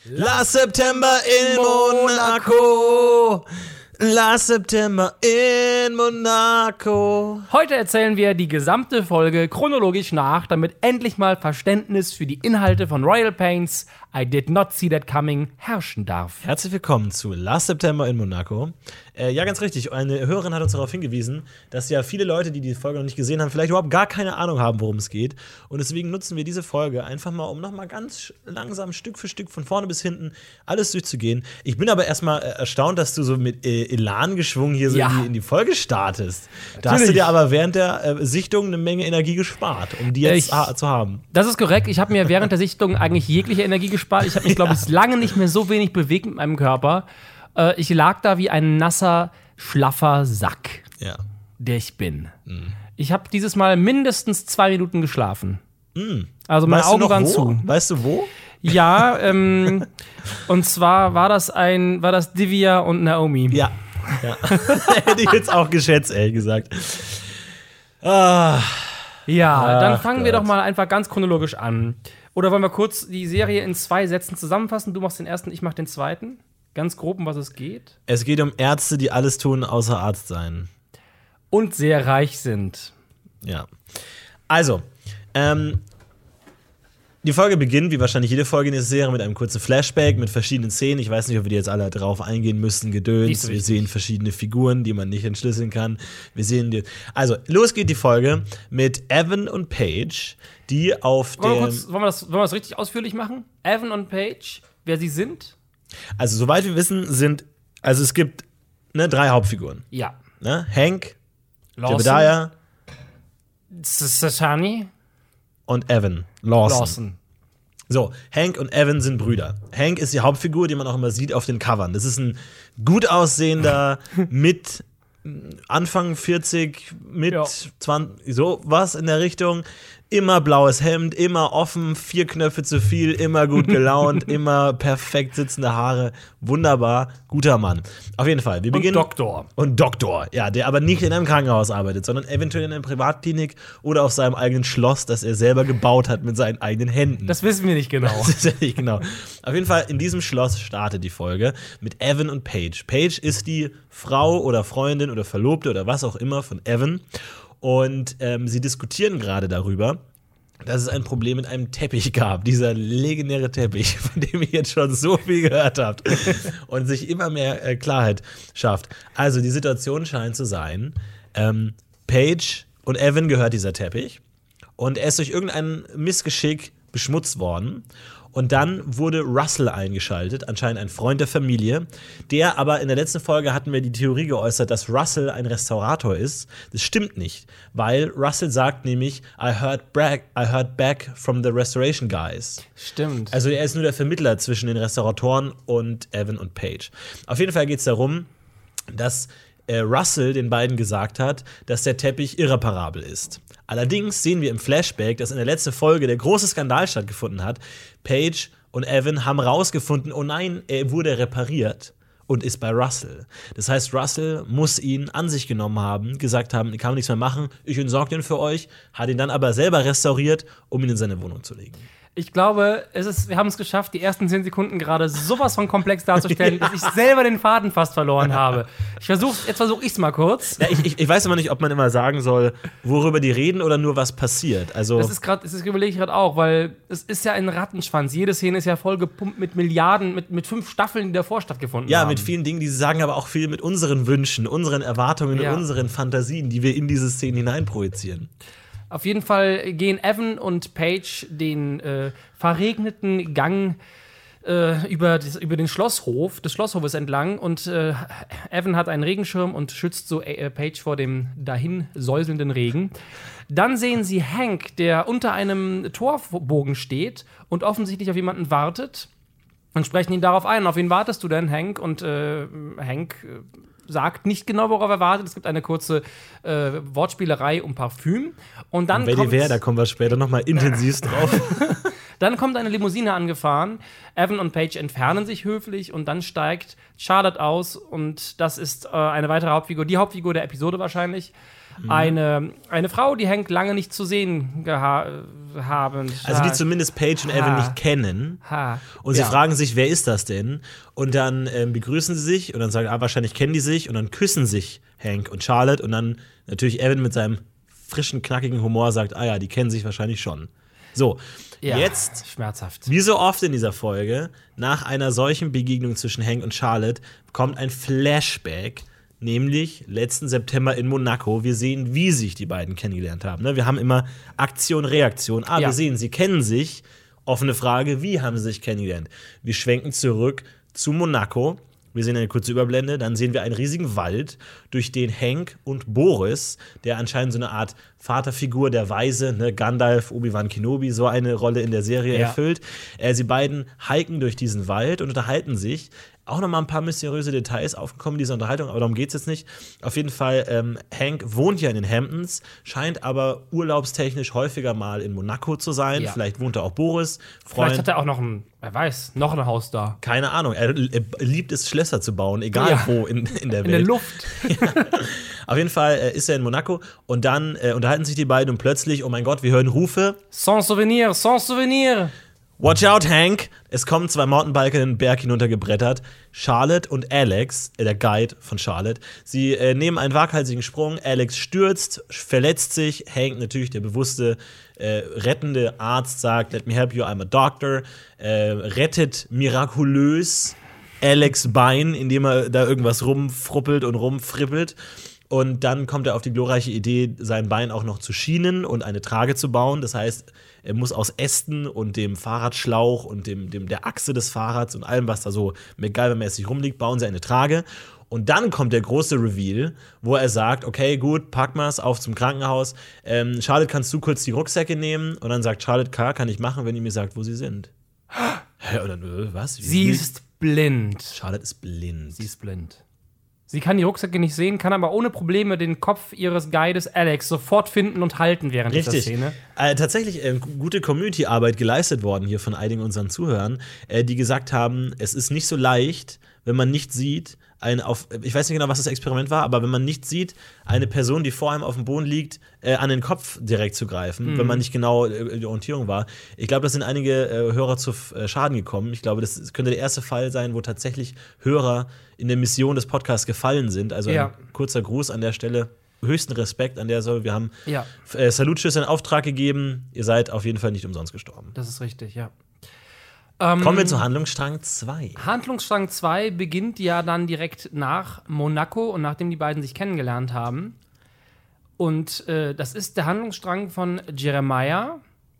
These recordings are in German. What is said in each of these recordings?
Last September in Monaco. Last September in Monaco. Heute erzählen wir die gesamte Folge chronologisch nach, damit endlich mal Verständnis für die Inhalte von Royal Pains I Did Not See That Coming herrschen darf. Herzlich willkommen zu Last September in Monaco. Ja, ganz richtig. Eine Hörerin hat uns darauf hingewiesen, dass ja viele Leute, die die Folge noch nicht gesehen haben, vielleicht überhaupt gar keine Ahnung haben, worum es geht. Und deswegen nutzen wir diese Folge einfach mal, um nochmal ganz langsam Stück für Stück von vorne bis hinten alles durchzugehen. Ich bin aber erstmal erstaunt, dass du so mit Elan geschwungen hier so in die Folge startest. Da hast du dir aber während der Sichtung eine Menge Energie gespart, um die jetzt zu haben. Das ist korrekt. Ich habe mir während der Sichtung eigentlich jegliche Energie gespart. Ich habe mich, glaube ich, lange nicht mehr so wenig bewegt mit meinem Körper. Ich lag da wie ein nasser, schlaffer Sack, der ich bin. Ich habe dieses Mal mindestens 2 Minuten geschlafen. Also meine Augen waren zu. Weißt du wo? Ja, und zwar war das Divya und Naomi. Ja. Hätte ich jetzt auch geschätzt, ehrlich gesagt. Dann fangen wir doch mal einfach ganz chronologisch an. Oder wollen wir kurz die Serie in 2 Sätzen zusammenfassen? Du machst den ersten, ich mach den zweiten. Ganz grob, um was es geht. Es geht um Ärzte, die alles tun, außer Arzt sein. Und sehr reich sind. Ja. Also, die Folge beginnt, wie wahrscheinlich jede Folge in der Serie, mit einem kurzen Flashback, mit verschiedenen Szenen. Ich weiß nicht, ob wir die jetzt alle drauf eingehen müssen. Gedöns. Wir sehen verschiedene Figuren, die man nicht entschlüsseln kann. Also, los geht die Folge mit Evan und Paige, die auf dem. Wollen wir das richtig ausführlich machen? Evan und Paige, wer sie sind? Also, soweit wir wissen, es gibt 3 Hauptfiguren. Ja. Hank, Lawson, Jebediah, Satani und Evan. Lawson. So, Hank und Evan sind Brüder. Hank ist die Hauptfigur, die man auch immer sieht auf den Covern. Das ist ein gut aussehender, mit Anfang 40, mit 20, so was in der Richtung. Immer blaues Hemd, immer offen, 4 Knöpfe zu viel, immer gut gelaunt, immer perfekt sitzende Haare. Wunderbar, guter Mann. Auf jeden Fall, wir beginnen. Und Doktor, ja, der aber nicht in einem Krankenhaus arbeitet, sondern eventuell in einer Privatklinik oder auf seinem eigenen Schloss, das er selber gebaut hat mit seinen eigenen Händen. Das wissen wir nicht genau. Auf jeden Fall, in diesem Schloss startet die Folge mit Evan und Paige. Paige ist die Frau oder Freundin oder Verlobte oder was auch immer von Evan. Und sie diskutieren gerade darüber, dass es ein Problem mit einem Teppich gab. Dieser legendäre Teppich, von dem ihr jetzt schon so viel gehört habt. Und sich immer mehr Klarheit schafft. Also die Situation scheint zu sein, Paige und Evan gehört dieser Teppich. Und er ist durch irgendein Missgeschick beschmutzt worden. Und dann wurde Russell eingeschaltet, anscheinend ein Freund der Familie, der aber in der letzten Folge hatten wir die Theorie geäußert, dass Russell ein Restaurator ist. Das stimmt nicht, weil Russell sagt nämlich, I heard back from the restoration guys. Stimmt. Also er ist nur der Vermittler zwischen den Restauratoren und Evan und Paige. Auf jeden Fall geht es darum, dass Russell den beiden gesagt hat, dass der Teppich irreparabel ist. Allerdings sehen wir im Flashback, dass in der letzten Folge der große Skandal stattgefunden hat. Paige und Evan haben rausgefunden, oh nein, er wurde repariert und ist bei Russell. Das heißt, Russell muss ihn an sich genommen haben, gesagt haben, ich kann nichts mehr machen, ich entsorge den für euch, hat ihn dann aber selber restauriert, um ihn in seine Wohnung zu legen. Ich glaube, wir haben es geschafft, die ersten 10 Sekunden gerade sowas von komplex darzustellen, dass ich selber den Faden fast verloren habe. Jetzt versuche ich es mal kurz. Ja, ich weiß immer nicht, ob man immer sagen soll, worüber die reden oder nur was passiert. Also das überlege ich gerade auch, weil es ist ja ein Rattenschwanz. Jede Szene ist ja voll gepumpt mit Milliarden, mit 5 Staffeln, die davor stattgefunden haben. Ja, mit vielen Dingen, die sie sagen, aber auch viel mit unseren Wünschen, unseren Erwartungen, unseren Fantasien, die wir in diese Szenen hineinprojizieren. Auf jeden Fall gehen Evan und Paige den verregneten Gang über den Schlosshof des Schlosshofes entlang und Evan hat einen Regenschirm und schützt so Paige vor dem dahin säuselnden Regen. Dann sehen sie Hank, der unter einem Torbogen steht und offensichtlich auf jemanden wartet und sprechen ihn darauf ein. Auf wen wartest du denn, Hank? Und Hank sagt nicht genau, worauf er wartet. Es gibt eine kurze Wortspielerei um Parfüm. Und dann da kommen wir später noch mal intensivst drauf. Dann kommt eine Limousine angefahren. Evan und Paige entfernen sich höflich und dann steigt Charlotte aus. Und das ist eine weitere Hauptfigur, die Hauptfigur der Episode wahrscheinlich. Eine Frau, die Hank lange nicht zu sehen haben. Also die zumindest Paige und Evan nicht kennen. Und sie fragen sich, wer ist das denn? Und dann begrüßen sie sich und dann sagen, wahrscheinlich kennen die sich. Und dann küssen sich Hank und Charlotte. Und dann natürlich Evan mit seinem frischen, knackigen Humor sagt, ja, die kennen sich wahrscheinlich schon. So, jetzt, schmerzhaft. Wie so oft in dieser Folge, nach einer solchen Begegnung zwischen Hank und Charlotte, kommt ein Flashback, nämlich letzten September in Monaco. Wir sehen, wie sich die beiden kennengelernt haben. Wir haben immer Aktion, Reaktion. Wir sehen, sie kennen sich. Offene Frage, wie haben sie sich kennengelernt? Wir schwenken zurück zu Monaco. Wir sehen eine kurze Überblende, dann sehen wir einen riesigen Wald, durch den Hank und Boris, der anscheinend so eine Art Vaterfigur der Weise, Gandalf, Obi-Wan Kenobi, so eine Rolle in der Serie erfüllt. Sie beiden hiken durch diesen Wald und unterhalten sich. Auch noch mal ein paar mysteriöse Details aufgekommen in dieser Unterhaltung, aber darum geht es jetzt nicht. Auf jeden Fall, Hank wohnt ja in den Hamptons, scheint aber urlaubstechnisch häufiger mal in Monaco zu sein. Ja. Vielleicht wohnt da auch Boris. Vielleicht hat er auch noch ein Haus da. Keine Ahnung, er liebt es, Schlösser zu bauen, egal wo in der Welt. In der Luft. Auf jeden Fall ist er in Monaco und dann unterhalten sich die beiden und plötzlich, oh mein Gott, wir hören Rufe. Sans souvenir, sans souvenir. Watch out, Hank! Es kommen 2 Mountainbiker den Berg hinuntergebrettert. Charlotte und Alex, der Guide von Charlotte, sie nehmen einen waghalsigen Sprung. Alex stürzt, verletzt sich. Hank, natürlich der bewusste, rettende Arzt, sagt, let me help you, I'm a doctor. Rettet mirakulös Alex' Bein, indem er da irgendwas rumfruppelt und rumfrippelt. Und dann kommt er auf die glorreiche Idee, sein Bein auch noch zu schienen und eine Trage zu bauen. Das heißt, er muss aus Ästen und dem Fahrradschlauch und der Achse des Fahrrads und allem, was da so MacGyver-mäßig rumliegt, bauen sie eine Trage. Und dann kommt der große Reveal, wo er sagt, okay, gut, pack mal's, auf zum Krankenhaus. Charlotte, kannst du kurz die Rucksäcke nehmen? Und dann sagt Charlotte, klar, kann ich machen, wenn ihr mir sagt, wo sie sind. Und dann, was? Sie ist blind. Charlotte ist blind. Sie ist blind. Sie kann die Rucksäcke nicht sehen, kann aber ohne Probleme den Kopf ihres Guides Alex sofort finden und halten während dieser Szene. Tatsächlich gute Community-Arbeit geleistet worden hier von einigen unseren Zuhörern, die gesagt haben, es ist nicht so leicht, wenn man nicht sieht, ich weiß nicht genau, was das Experiment war, aber wenn man nicht sieht, eine Person, die vor einem auf dem Boden liegt, an den Kopf direkt zu greifen, wenn man nicht genau die Orientierung war. Ich glaube, da sind einige Hörer zu Schaden gekommen. Ich glaube, das könnte der erste Fall sein, wo tatsächlich Hörer in der Mission des Podcasts gefallen sind. Also ein kurzer Gruß an der Stelle. Höchsten Respekt an der Stelle. Wir haben Salutschüsse in Auftrag gegeben. Ihr seid auf jeden Fall nicht umsonst gestorben. Das ist richtig, ja. Kommen wir zu Handlungsstrang 2. Handlungsstrang 2 beginnt ja dann direkt nach Monaco und nachdem die beiden sich kennengelernt haben. Und das ist der Handlungsstrang von Jeremiah,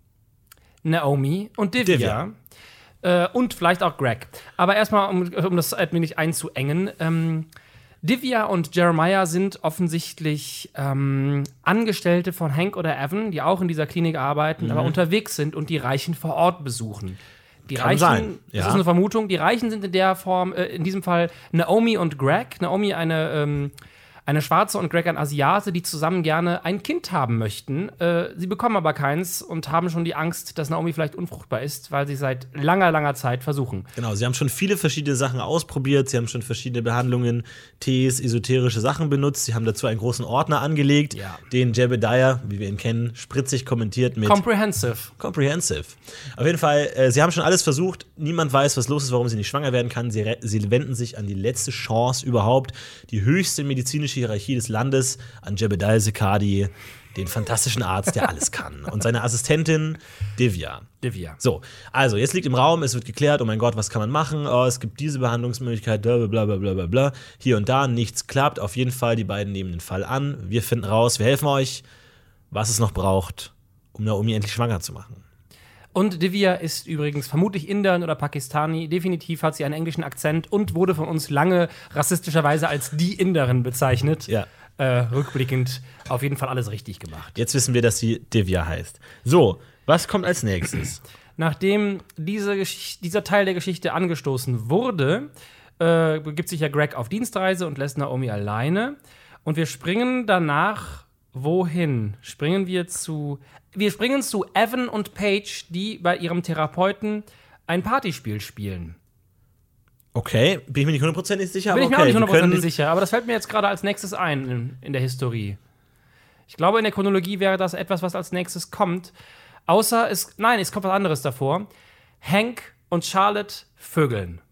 Naomi und Divya. Und vielleicht auch Greg. Aber erstmal, um das ein wenig einzuengen. Divya und Jeremiah sind offensichtlich Angestellte von Hank oder Evan, die auch in dieser Klinik arbeiten, aber unterwegs sind und die Reichen vor Ort besuchen. Die Kann Reichen, sein. das ist eine Vermutung, die Reichen sind in der Form, in diesem Fall Naomi und Greg. Naomi eine Schwarze und Greg ein Asiate, die zusammen gerne ein Kind haben möchten. Sie bekommen aber keins und haben schon die Angst, dass Naomi vielleicht unfruchtbar ist, weil sie seit langer, langer Zeit versuchen. Genau, sie haben schon viele verschiedene Sachen ausprobiert. Sie haben schon verschiedene Behandlungen, Tees, esoterische Sachen benutzt. Sie haben dazu einen großen Ordner angelegt, den Jebediah, wie wir ihn kennen, spritzig kommentiert mit Comprehensive. Auf jeden Fall, sie haben schon alles versucht. Niemand weiß, was los ist, warum sie nicht schwanger werden kann. Sie wenden sich an die letzte Chance überhaupt, die höchste medizinische Hierarchie des Landes, an Jebediah Zekadi, den fantastischen Arzt, der alles kann. Und seine Assistentin Divya. So, also jetzt liegt im Raum, es wird geklärt, oh mein Gott, was kann man machen? Oh, es gibt diese Behandlungsmöglichkeit, blablabla. Hier und da, nichts klappt. Auf jeden Fall, die beiden nehmen den Fall an. Wir finden raus, wir helfen euch, was es noch braucht, um Naomi endlich schwanger zu machen. Und Divya ist übrigens vermutlich Inderin oder Pakistani. Definitiv hat sie einen englischen Akzent und wurde von uns lange rassistischerweise als die Inderin bezeichnet. Ja. Rückblickend auf jeden Fall alles richtig gemacht. Jetzt wissen wir, dass sie Divya heißt. So, was kommt als nächstes? Nachdem dieser Teil der Geschichte angestoßen wurde, begibt sich ja Greg auf Dienstreise und lässt Naomi alleine. Und wir springen danach wohin? Wir springen zu Evan und Paige, die bei ihrem Therapeuten ein Partyspiel spielen. Okay, bin ich mir nicht hundertprozentig sicher. Bin ich mir okay, auch nicht hundertprozentig sicher, aber das fällt mir jetzt gerade als nächstes ein in der Historie. Ich glaube, in der Chronologie wäre das etwas, was als nächstes kommt. Außer es kommt was anderes davor. Hank und Charlotte vögeln.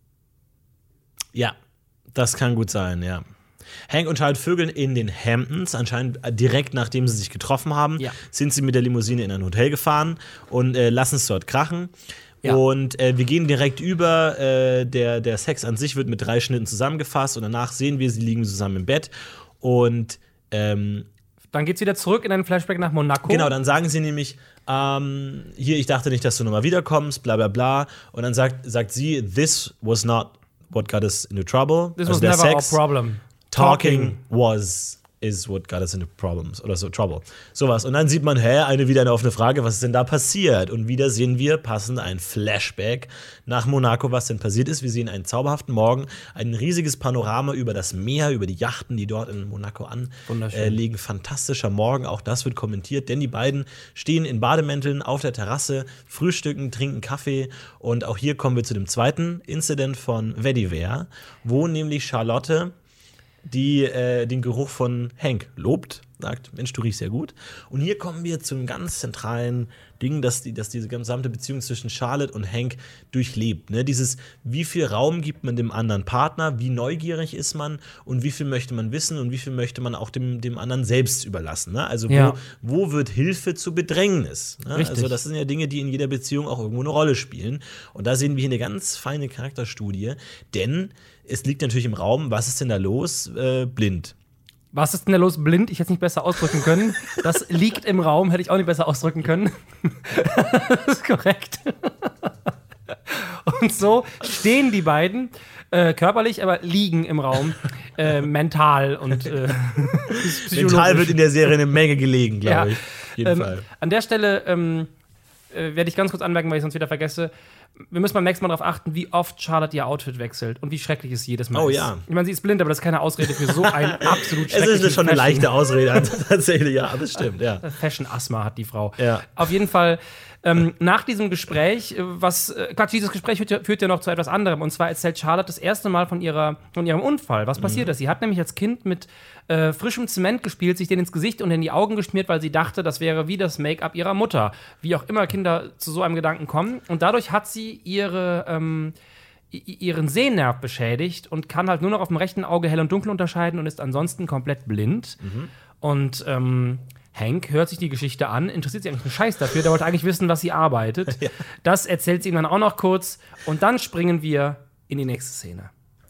Ja, das kann gut sein, ja. Hank und Charlotte vögeln in den Hamptons. Anscheinend direkt nachdem sie sich getroffen haben, sind sie mit der Limousine in ein Hotel gefahren und lassen es dort krachen. Ja. Und wir gehen direkt über. Der Sex an sich wird mit 3 Schnitten zusammengefasst und danach sehen wir, sie liegen zusammen im Bett. Und dann geht's wieder zurück in einen Flashback nach Monaco. Genau, dann sagen sie nämlich, hier, ich dachte nicht, dass du nochmal wiederkommst, bla bla bla. Und dann sagt sie, this was not what got us into trouble. This was never Sex. Our problem. Talking is what got us into problems oder so, trouble. Sowas. Und dann sieht man, wieder eine offene Frage, was ist denn da passiert? Und wieder sehen wir passend ein Flashback nach Monaco, was denn passiert ist. Wir sehen einen zauberhaften Morgen, ein riesiges Panorama über das Meer, über die Yachten, die dort in Monaco anliegen. Fantastischer Morgen, auch das wird kommentiert, denn die beiden stehen in Bademänteln auf der Terrasse, frühstücken, trinken Kaffee. Und auch hier kommen wir zu dem zweiten Incident von Vetiver, wo nämlich Charlotte die den Geruch von Hank lobt, sagt, Mensch, du riechst sehr gut. Und hier kommen wir zum ganz zentralen Ding, dass diese gesamte Beziehung zwischen Charlotte und Hank durchlebt. Ne? Dieses, wie viel Raum gibt man dem anderen Partner, wie neugierig ist man und wie viel möchte man wissen und wie viel möchte man auch dem anderen selbst überlassen. Ne? Also wo wird Hilfe zu Bedrängnis? Ne? Also das sind ja Dinge, die in jeder Beziehung auch irgendwo eine Rolle spielen. Und da sehen wir hier eine ganz feine Charakterstudie, denn es liegt natürlich im Raum, was ist denn da los? Blind. Was ist denn da los? Blind? Ich hätte es nicht besser ausdrücken können. Das liegt im Raum, hätte ich auch nicht besser ausdrücken können. Das ist korrekt. Und so stehen die beiden körperlich, aber liegen im Raum mental und psychologisch. Mental wird in der Serie eine Menge gelegen, glaube ich. Auf jeden Fall. An der Stelle werde ich ganz kurz anmerken, weil ich sonst wieder vergesse. Wir müssen beim nächsten Mal darauf achten, wie oft Charlotte ihr Outfit wechselt und wie schrecklich es jedes Mal ist. Ja. Ich meine, sie ist blind, aber das ist keine Ausrede für so ein absolut schreckliches Es ist schon eine leichte Ausrede, tatsächlich, ja, das stimmt, ja. Fashion-Asthma hat die Frau. Ja. Auf jeden Fall, nach diesem Gespräch, dieses Gespräch führt ja noch zu etwas anderem. Und zwar erzählt Charlotte das erste Mal von ihrem Unfall. Was passiert ist? Sie hat nämlich als Kind mit frischem Zement gespielt, sich den ins Gesicht und in die Augen geschmiert, weil sie dachte, das wäre wie das Make-up ihrer Mutter. Wie auch immer Kinder zu so einem Gedanken kommen. Und dadurch hat sie ihren Sehnerv beschädigt und kann halt nur noch auf dem rechten Auge hell und dunkel unterscheiden und ist ansonsten komplett blind. Und Hank hört sich die Geschichte an, interessiert sich eigentlich einen Scheiß dafür, der wollte eigentlich wissen, was sie arbeitet. Ja. Das erzählt sie ihm dann auch noch kurz und dann springen wir in die nächste Szene.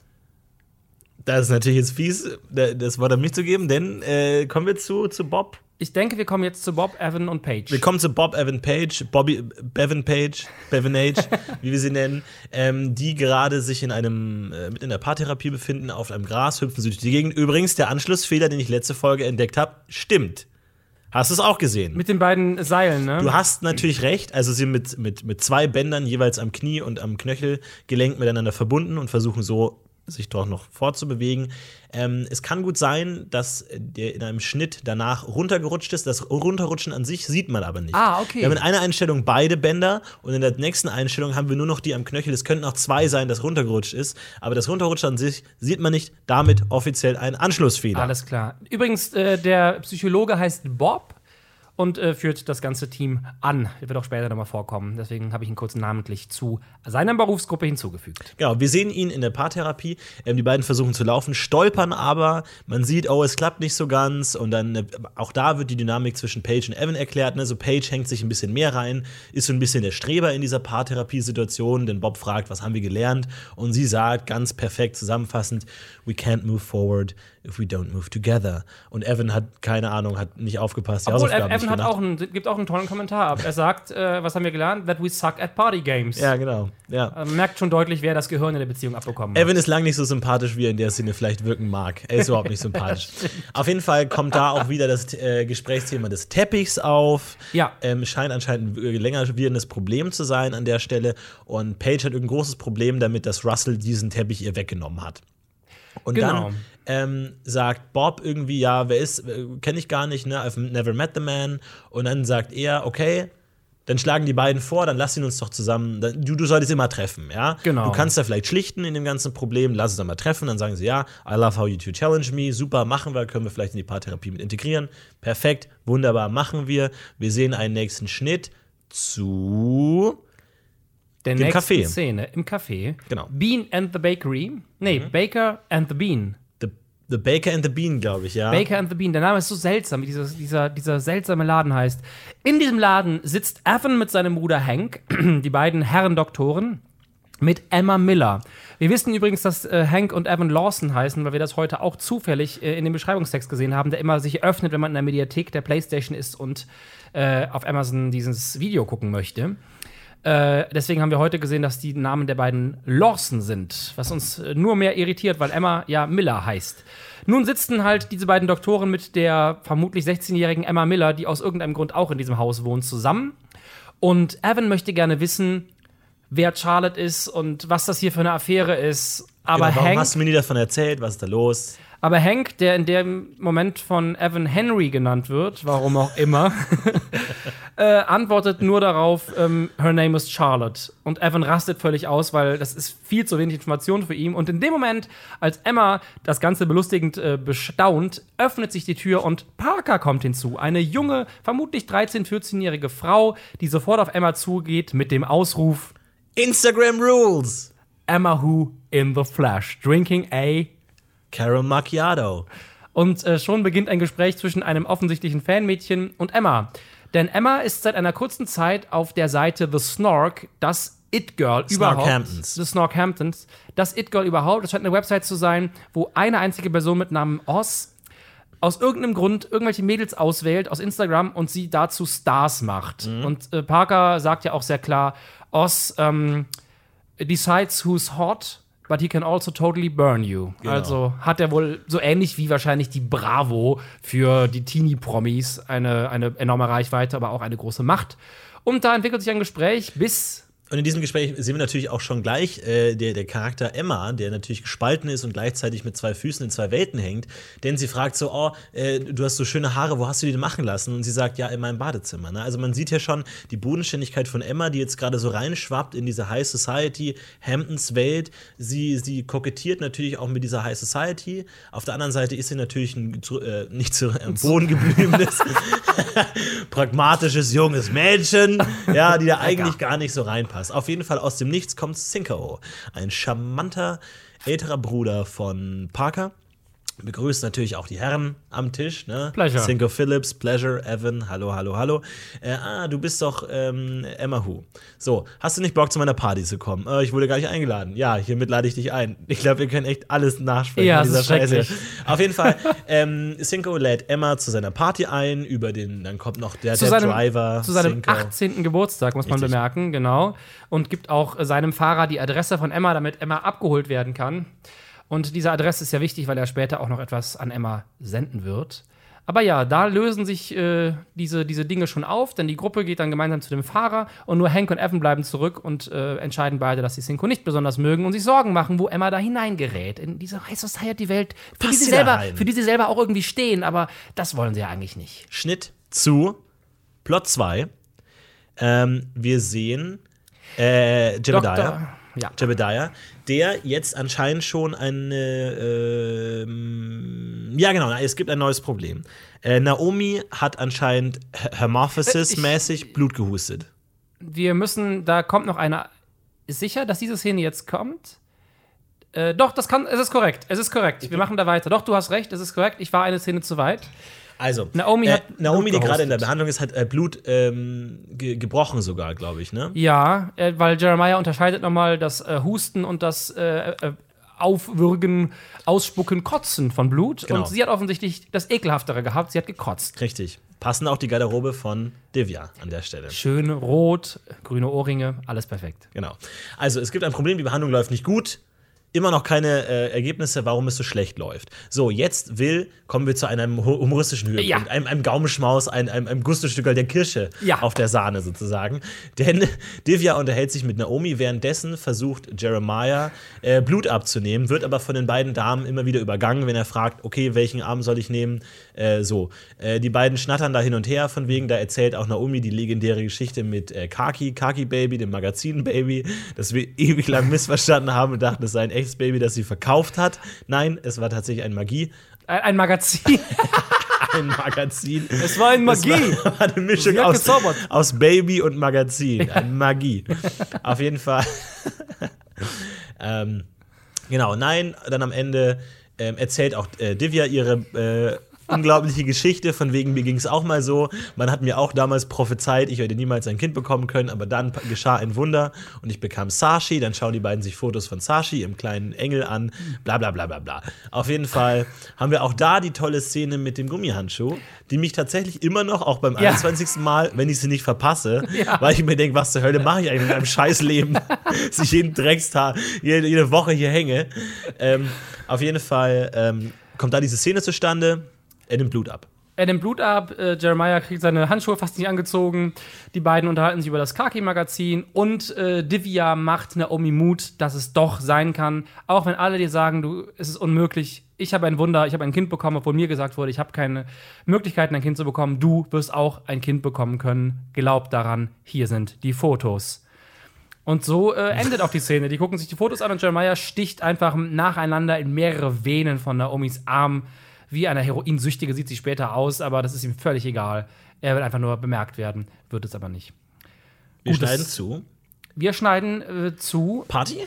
Das ist natürlich jetzt fies, das Wort an mich zu geben, denn kommen wir zu Bob. Ich denke, wir kommen jetzt zu Bob, Evan und Paige. Wir kommen zu Bob, Evan, Paige, Bevanage, wie wir sie nennen, die gerade sich mit in der Paartherapie befinden, auf einem Gras hüpfen sie durch die Gegend. Übrigens, der Anschlussfehler, den ich letzte Folge entdeckt habe, stimmt. Hast du es auch gesehen? Mit den beiden Seilen, ne? Du hast natürlich recht. Also sie sind mit 2 Bändern jeweils am Knie und am Knöchelgelenk miteinander verbunden und versuchen so, sich doch noch fortzubewegen. Es kann gut sein, dass der in einem Schnitt danach runtergerutscht ist. Das Runterrutschen an sich sieht man aber nicht. Okay. Wir haben in einer Einstellung beide Bänder und in der nächsten Einstellung haben wir nur noch die am Knöchel. Es könnten auch 2 sein, das runtergerutscht ist. Aber das Runterrutschen an sich sieht man nicht. Damit offiziell ein Anschlussfehler. Alles klar. Übrigens, der Psychologe heißt Bob und führt das ganze Team an. Der wird auch später nochmal vorkommen. Deswegen habe ich ihn kurz namentlich zu seiner Berufsgruppe hinzugefügt. Genau, wir sehen ihn in der Paartherapie. Die beiden versuchen zu laufen, stolpern aber. Man sieht, es klappt nicht so ganz. Und dann, auch da wird die Dynamik zwischen Paige und Evan erklärt. Ne? So Paige hängt sich ein bisschen mehr rein, ist so ein bisschen der Streber in dieser Paartherapiesituation. Denn Bob fragt, was haben wir gelernt? Und sie sagt ganz perfekt zusammenfassend, we can't move forward if we don't move together. Und Evan hat keine Ahnung, hat nicht aufgepasst. Obwohl, Evan gibt auch einen tollen Kommentar ab. Er sagt, was haben wir gelernt? That we suck at party games. Ja, genau. Ja. Man merkt schon deutlich, wer das Gehirn in der Beziehung abbekommen hat. Evan ist lang nicht so sympathisch, wie er in der Szene vielleicht wirken mag. Er ist überhaupt nicht sympathisch. Auf jeden Fall kommt da auch wieder das Gesprächsthema des Teppichs auf. Ja. Scheint anscheinend ein länger wirdendes Problem zu sein an der Stelle. Und Paige hat ein großes Problem damit, dass Russell diesen Teppich ihr weggenommen hat. Und Genau. dann sagt Bob irgendwie, ja, wer ist, kenne ich gar nicht, ne? I've never met the man. Und dann sagt er, okay, dann schlagen die beiden vor, dann lass ihn uns doch zusammen, du solltest immer treffen, ja? Genau. Du kannst da vielleicht schlichten in dem ganzen Problem, lass uns dann mal treffen. Dann sagen sie, ja, I love how you two challenge me, super, machen wir, können wir vielleicht in die Paartherapie mit integrieren. Perfekt, wunderbar, machen wir. Wir sehen einen nächsten Schnitt zu Der Im nächsten Café. Szene im Café. Genau. Bean and the Bakery. Nee, Baker and the Bean. The Baker and the Bean, glaube ich, ja. Baker and the Bean. Der Name ist so seltsam, wie dieser seltsame Laden heißt. In diesem Laden sitzt Evan mit seinem Bruder Hank, die beiden Herrendoktoren, mit Emma Miller. Wir wissen übrigens, dass Hank und Evan Lawson heißen, weil wir das heute auch zufällig in dem Beschreibungstext gesehen haben, der immer sich öffnet, wenn man in der Mediathek der PlayStation ist und auf Amazon dieses Video gucken möchte. Deswegen haben wir heute gesehen, dass die Namen der beiden Lawson sind, was uns nur mehr irritiert, weil Emma ja Miller heißt. Nun sitzen halt diese beiden Doktoren mit der vermutlich 16-jährigen Emma Miller, die aus irgendeinem Grund auch in diesem Haus wohnt, zusammen. Und Evan möchte gerne wissen, wer Charlotte ist und was das hier für eine Affäre ist. Aber Genau, warum Hank, hast du mir nie davon erzählt? Was ist da los? aber Hank, der in dem Moment von Evan Henry genannt wird, warum auch immer, antwortet nur darauf, her name is Charlotte. Und Evan rastet völlig aus, weil das ist viel zu wenig Information für ihn. Und in dem Moment, als Emma das Ganze belustigend bestaunt, öffnet sich die Tür und Parker kommt hinzu. Eine junge, vermutlich 13-, 14-jährige Frau, die sofort auf Emma zugeht mit dem Ausruf Instagram Rules! Emma Who in the Flash, drinking a... Caramel Macchiato. Und schon beginnt ein Gespräch zwischen einem offensichtlichen Fanmädchen und Emma. Denn Emma ist seit einer kurzen Zeit auf der Seite The Snork, das It-Girl überhaupt. Snorkhamptons. The Snorkhamptons. Das It-Girl überhaupt. Das scheint eine Website zu sein, wo eine einzige Person mit Namen Oz aus irgendeinem Grund irgendwelche Mädels auswählt aus Instagram und sie dazu Stars macht. Und Parker sagt ja auch sehr klar, Oz decides who's hot, but he can also totally burn you. Genau. Also hat er wohl so ähnlich wie wahrscheinlich die Bravo für die Teenie-Promis eine enorme Reichweite, aber auch eine große Macht. Und da entwickelt sich ein Gespräch bis... Und in diesem Gespräch sehen wir natürlich auch schon gleich der Charakter Emma, der natürlich gespalten ist und gleichzeitig mit zwei Füßen in zwei Welten hängt. Denn sie fragt so, du hast so schöne Haare, wo hast du die denn machen lassen? Und sie sagt, ja, in meinem Badezimmer. Ne? Also man sieht ja schon die Bodenständigkeit von Emma, die jetzt gerade so reinschwappt in diese High Society, Hamptons Welt. Sie kokettiert natürlich auch mit dieser High Society. Auf der anderen Seite ist sie natürlich ein nicht so Boden gebliebenes, pragmatisches, junges Mädchen, ja, die da eigentlich gar nicht so reinpasst. Auf jeden Fall aus dem Nichts kommt Cinco, ein charmanter älterer Bruder von Parker. Begrüßt natürlich auch die Herren am Tisch, ne? Pleasure. Cinco Phillips, Pleasure, Evan, hallo, hallo, hallo. Du bist doch Emma Who. So, hast du nicht Bock, zu meiner Party zu kommen? Ich wurde gar nicht eingeladen. Ja, hiermit lade ich dich ein. Ich glaube, wir können echt alles nachsprechen Ja, in dieser das ist schrecklich. Scheiße. Auf jeden Fall, Cinco lädt Emma zu seiner Party ein, dann kommt noch der Driver. Zu seinem Cinco. 18. Geburtstag, muss man Richtig. bemerken, genau. Und gibt auch seinem Fahrer die Adresse von Emma, damit Emma abgeholt werden kann. Und diese Adresse ist ja wichtig, weil er später auch noch etwas an Emma senden wird. Aber ja, da lösen sich diese Dinge schon auf, denn die Gruppe geht dann gemeinsam zu dem Fahrer und nur Hank und Evan bleiben zurück und entscheiden beide, dass sie Cinco nicht besonders mögen und sich Sorgen machen, wo Emma da hineingerät, in diese High Society-Welt, für Passt die sie da rein? sie selber auch irgendwie stehen, aber das wollen sie ja eigentlich nicht. Schnitt zu Plot 2. Wir sehen Jebediah. Ja. Jebediah, der jetzt anscheinend schon ja, genau, es gibt ein neues Problem. Naomi hat anscheinend Hermophysis-mäßig Blut gehustet. Da kommt noch eine. Ist sicher, dass diese Szene jetzt kommt? Doch, es ist korrekt. Es ist korrekt. Wir machen da weiter. Doch, du hast recht, es ist korrekt. Ich war eine Szene zu weit. Also, Naomi, die gerade in der Behandlung ist, hat Blut gebrochen sogar, glaube ich, ne? Ja, weil Jeremiah unterscheidet nochmal das Husten und das Aufwürgen, Ausspucken, Kotzen von Blut. Genau. Und sie hat offensichtlich das Ekelhaftere gehabt. Sie hat gekotzt. Richtig. Passend auch die Garderobe von Divya an der Stelle. Schön rot, grüne Ohrringe, alles perfekt. Genau. Also, es gibt ein Problem, die Behandlung läuft nicht gut. immer noch keine Ergebnisse, warum es so schlecht läuft. So, jetzt kommen wir zu einem humoristischen Höhepunkt, einem Gaumenschmaus, einem Gusto-Stückerl der Kirsche auf der Sahne sozusagen. Denn Divya unterhält sich mit Naomi, währenddessen versucht Jeremiah Blut abzunehmen, wird aber von den beiden Damen immer wieder übergangen, wenn er fragt, okay, welchen Arm soll ich nehmen? Die beiden schnattern da hin und her, von wegen, da erzählt auch Naomi die legendäre Geschichte mit Kaki Baby, dem Magazin-Baby, das wir ewig lang missverstanden haben und dachten, es sei ein echtes Baby, das sie verkauft hat. Nein, es war tatsächlich ein Magie. Ein Magazin. Ein Magazin. Es war ein Magie. Es war eine Mischung aus Baby und Magazin. Ein Magie. Auf jeden Fall. Genau, nein, dann am Ende erzählt auch Divya ihre unglaubliche Geschichte, von wegen, mir ging es auch mal so. Man hat mir auch damals prophezeit, ich werde niemals ein Kind bekommen können, aber dann geschah ein Wunder und ich bekam Sashi. Dann schauen die beiden sich Fotos von Sashi, im kleinen Engel, an. Bla bla bla bla bla. Auf jeden Fall haben wir auch da die tolle Szene mit dem Gummihandschuh, die mich tatsächlich immer noch, auch beim 21. Mal, wenn ich sie nicht verpasse, weil ich mir denke, was zur Hölle mache ich eigentlich in meinem Scheißleben, dass ich jeden Dreckstag, jede Woche hier hänge. Auf jeden Fall kommt da diese Szene zustande. Er nimmt Blut ab. Jeremiah kriegt seine Handschuhe fast nicht angezogen. Die beiden unterhalten sich über das Kaki-Magazin. Und Divya macht Naomi Mut, dass es doch sein kann. Auch wenn alle dir sagen, es ist unmöglich. Ich habe ein Wunder, ich habe ein Kind bekommen, obwohl mir gesagt wurde, ich habe keine Möglichkeiten, ein Kind zu bekommen. Du wirst auch ein Kind bekommen können. Glaub daran, hier sind die Fotos. Und so endet auch die Szene. Die gucken sich die Fotos an und Jeremiah sticht einfach nacheinander in mehrere Venen von Naomis Arm. Wie eine Heroinsüchtige sieht sie später aus, aber das ist ihm völlig egal. Er will einfach nur bemerkt werden, wird es aber nicht. Wir schneiden zu. Wir schneiden zu. Party?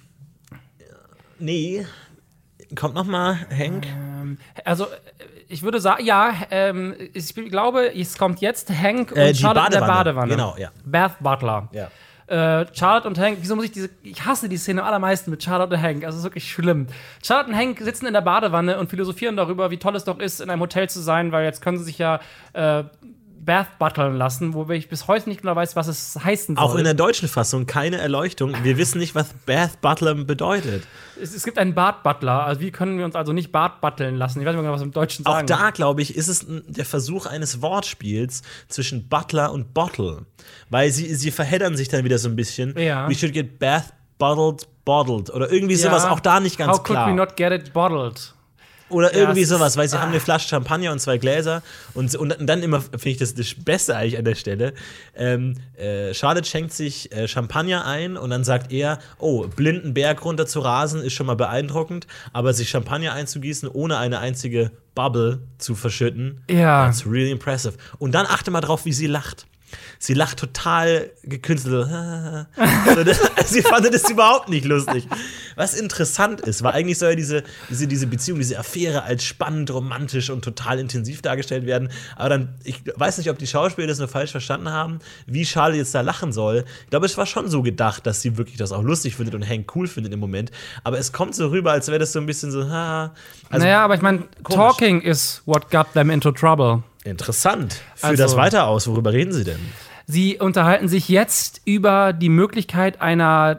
Nee. Kommt noch mal Hank? Ich würde sagen, ich glaube, es kommt jetzt Hank und Charlotte in der Badewanne. Genau, ja. Beth Butler. Ja. Charlotte und Hank, wieso muss ich hasse die Szene am allermeisten mit Charlotte und Hank, also es ist wirklich schlimm. Charlotte und Hank sitzen in der Badewanne und philosophieren darüber, wie toll es doch ist, in einem Hotel zu sein, weil jetzt können sie sich ja Beth buttern lassen, wo ich bis heute nicht genau weiß, was es heißen soll. Auch in der deutschen Fassung keine Erleuchtung. Wir wissen nicht, was Beth Butler bedeutet. Es gibt einen Bart-Butler, also wie können wir uns also nicht Bart butteln lassen? Ich weiß nicht genau, was wir im Deutschen sagen. Auch da, glaube ich, ist es der Versuch eines Wortspiels zwischen Butler und Bottle. Weil sie verheddern sich dann wieder so ein bisschen. Ja. We should get Beth bottled. Oder irgendwie sowas, auch da nicht ganz klar. How could we not get it bottled? Oder irgendwie sowas, weil sie haben eine Flasche Champagner und 2 Gläser und dann immer, finde ich das Beste eigentlich an der Stelle, Charlotte schenkt sich Champagner ein und dann sagt er, oh, blinden Berg runter zu rasen ist schon mal beeindruckend, aber sich Champagner einzugießen, ohne eine einzige Bubble zu verschütten, that's really impressive. Und dann achte mal drauf, wie sie lacht. Sie lacht total gekünstelt. Sie fand das überhaupt nicht lustig. Was interessant ist, weil eigentlich soll ja diese Beziehung, diese Affäre als spannend, romantisch und total intensiv dargestellt werden. Aber dann, ich weiß nicht, ob die Schauspieler das nur falsch verstanden haben, wie Charlotte jetzt da lachen soll. Ich glaube, es war schon so gedacht, dass sie wirklich das auch lustig findet und Hank cool findet im Moment. Aber es kommt so rüber, als wäre das so ein bisschen so, aber ich meine, talking is what got them into trouble. Interessant. Führ das weiter aus. Worüber reden Sie denn? Sie unterhalten sich jetzt über die Möglichkeit einer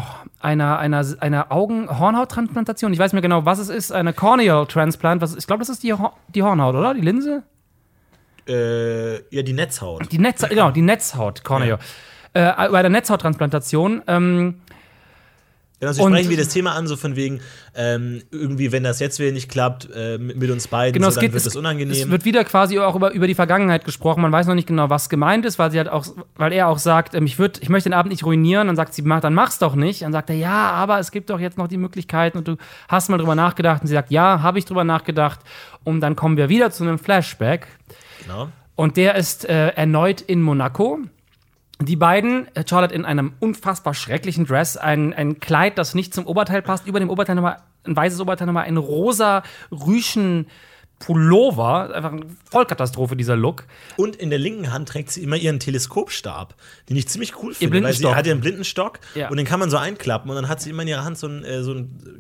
Augen-Hornhauttransplantation. Ich weiß nicht mehr genau, was es ist. Eine Corneal Transplant. Ich glaube, das ist die Hornhaut, oder? Die Linse? Die Netzhaut. Die Netzhaut, Corneal. Ja. Bei der Netzhauttransplantation. Genau, sie sprechen wir das Thema an, so von wegen, irgendwie, wenn das jetzt wieder nicht klappt, mit uns beiden, genau, so, dann wird das unangenehm. Es wird wieder quasi auch über die Vergangenheit gesprochen. Man weiß noch nicht genau, was gemeint ist, weil er auch sagt, ich möchte den Abend nicht ruinieren. Dann sagt sie, dann mach's doch nicht. Dann sagt er, ja, aber es gibt doch jetzt noch die Möglichkeiten und du hast mal drüber nachgedacht. Und sie sagt, ja, habe ich drüber nachgedacht. Und dann kommen wir wieder zu einem Flashback. Genau. Und der ist erneut in Monaco. Die beiden, Charlotte in einem unfassbar schrecklichen Dress, ein Kleid, das nicht zum Oberteil passt, über dem Oberteil nochmal ein weißes Oberteil, nochmal ein rosa Rüschen Pullover, einfach eine Vollkatastrophe, dieser Look. Und in der linken Hand trägt sie immer ihren Teleskopstab, den ich ziemlich cool finde, weil sie hat ja einen Blindenstock und den kann man so einklappen und dann hat sie immer in ihrer Hand so ein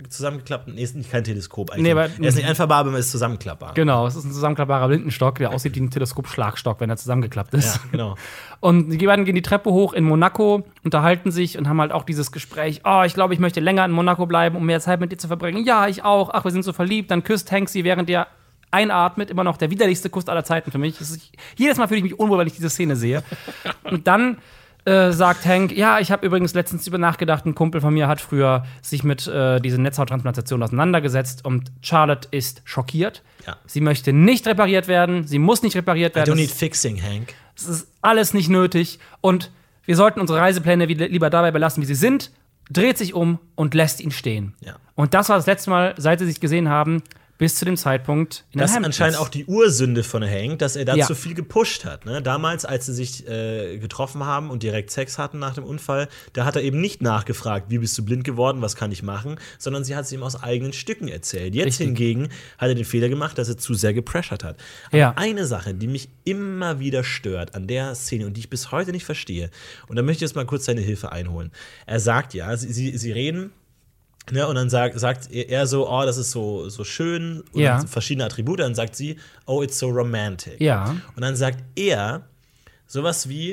zusammengeklappten, nee, ist nicht kein Teleskop eigentlich. Nee, aber er ist nicht einfahrbar, aber er ist zusammenklappbar. Genau, es ist ein zusammenklappbarer Blindenstock, der aussieht wie ein Teleskopschlagstock, wenn er zusammengeklappt ist. Ja, genau. Und die beiden gehen die Treppe hoch in Monaco, unterhalten sich und haben halt auch dieses Gespräch. Oh, ich glaube, ich möchte länger in Monaco bleiben, um mehr Zeit mit dir zu verbringen. Ja, ich auch. Ach, wir sind so verliebt. Dann küsst Hank sie, während er einatmet. Immer noch der widerlichste Kuss aller Zeiten für mich. Jedes Mal fühle ich mich unwohl, weil ich diese Szene sehe. Und dann sagt Hank, ja, ich habe übrigens letztens über nachgedacht, ein Kumpel von mir hat früher sich mit dieser Netzhauttransplantation auseinandergesetzt und Charlotte ist schockiert. Ja. Sie möchte nicht repariert werden, sie muss nicht repariert werden. I don't need fixing, Hank. Es ist alles nicht nötig und wir sollten unsere Reisepläne lieber dabei belassen, wie sie sind, dreht sich um und lässt ihn stehen. Ja. Und das war das letzte Mal, seit sie sich gesehen haben, bis zu dem Zeitpunkt in Das ist Hamptons. anscheinend auch die Ursünde von Hank, dass er da Ja. zu viel gepusht hat. Ne? Damals, als sie sich getroffen haben und direkt Sex hatten nach dem Unfall, da hat er eben nicht nachgefragt, wie bist du blind geworden, was kann ich machen, sondern sie hat es ihm aus eigenen Stücken erzählt. Jetzt Richtig. hingegen hat er den Fehler gemacht, dass er zu sehr gepressured hat. Aber Ja. eine Sache, die mich immer wieder stört an der Szene und die ich bis heute nicht verstehe, und da möchte ich jetzt mal kurz seine Hilfe einholen. Er sagt ja, sie reden. Ja, und dann sagt er so, oh, das ist so schön, und Ja. dann verschiedene Attribute, dann sagt sie, oh, it's so romantic. Ja. Und dann sagt er sowas wie,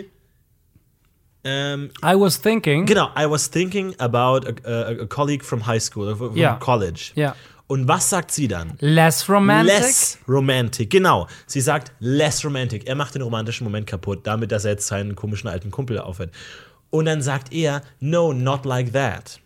I was thinking. genau, I was thinking about a colleague from high school, from Ja. college. Ja. Und was sagt sie dann? Less romantic. Less romantic, genau. Sie sagt less romantic. Er macht den romantischen Moment kaputt, damit, dass er jetzt seinen komischen alten Kumpel aufhört. Und dann sagt er, no, not like that.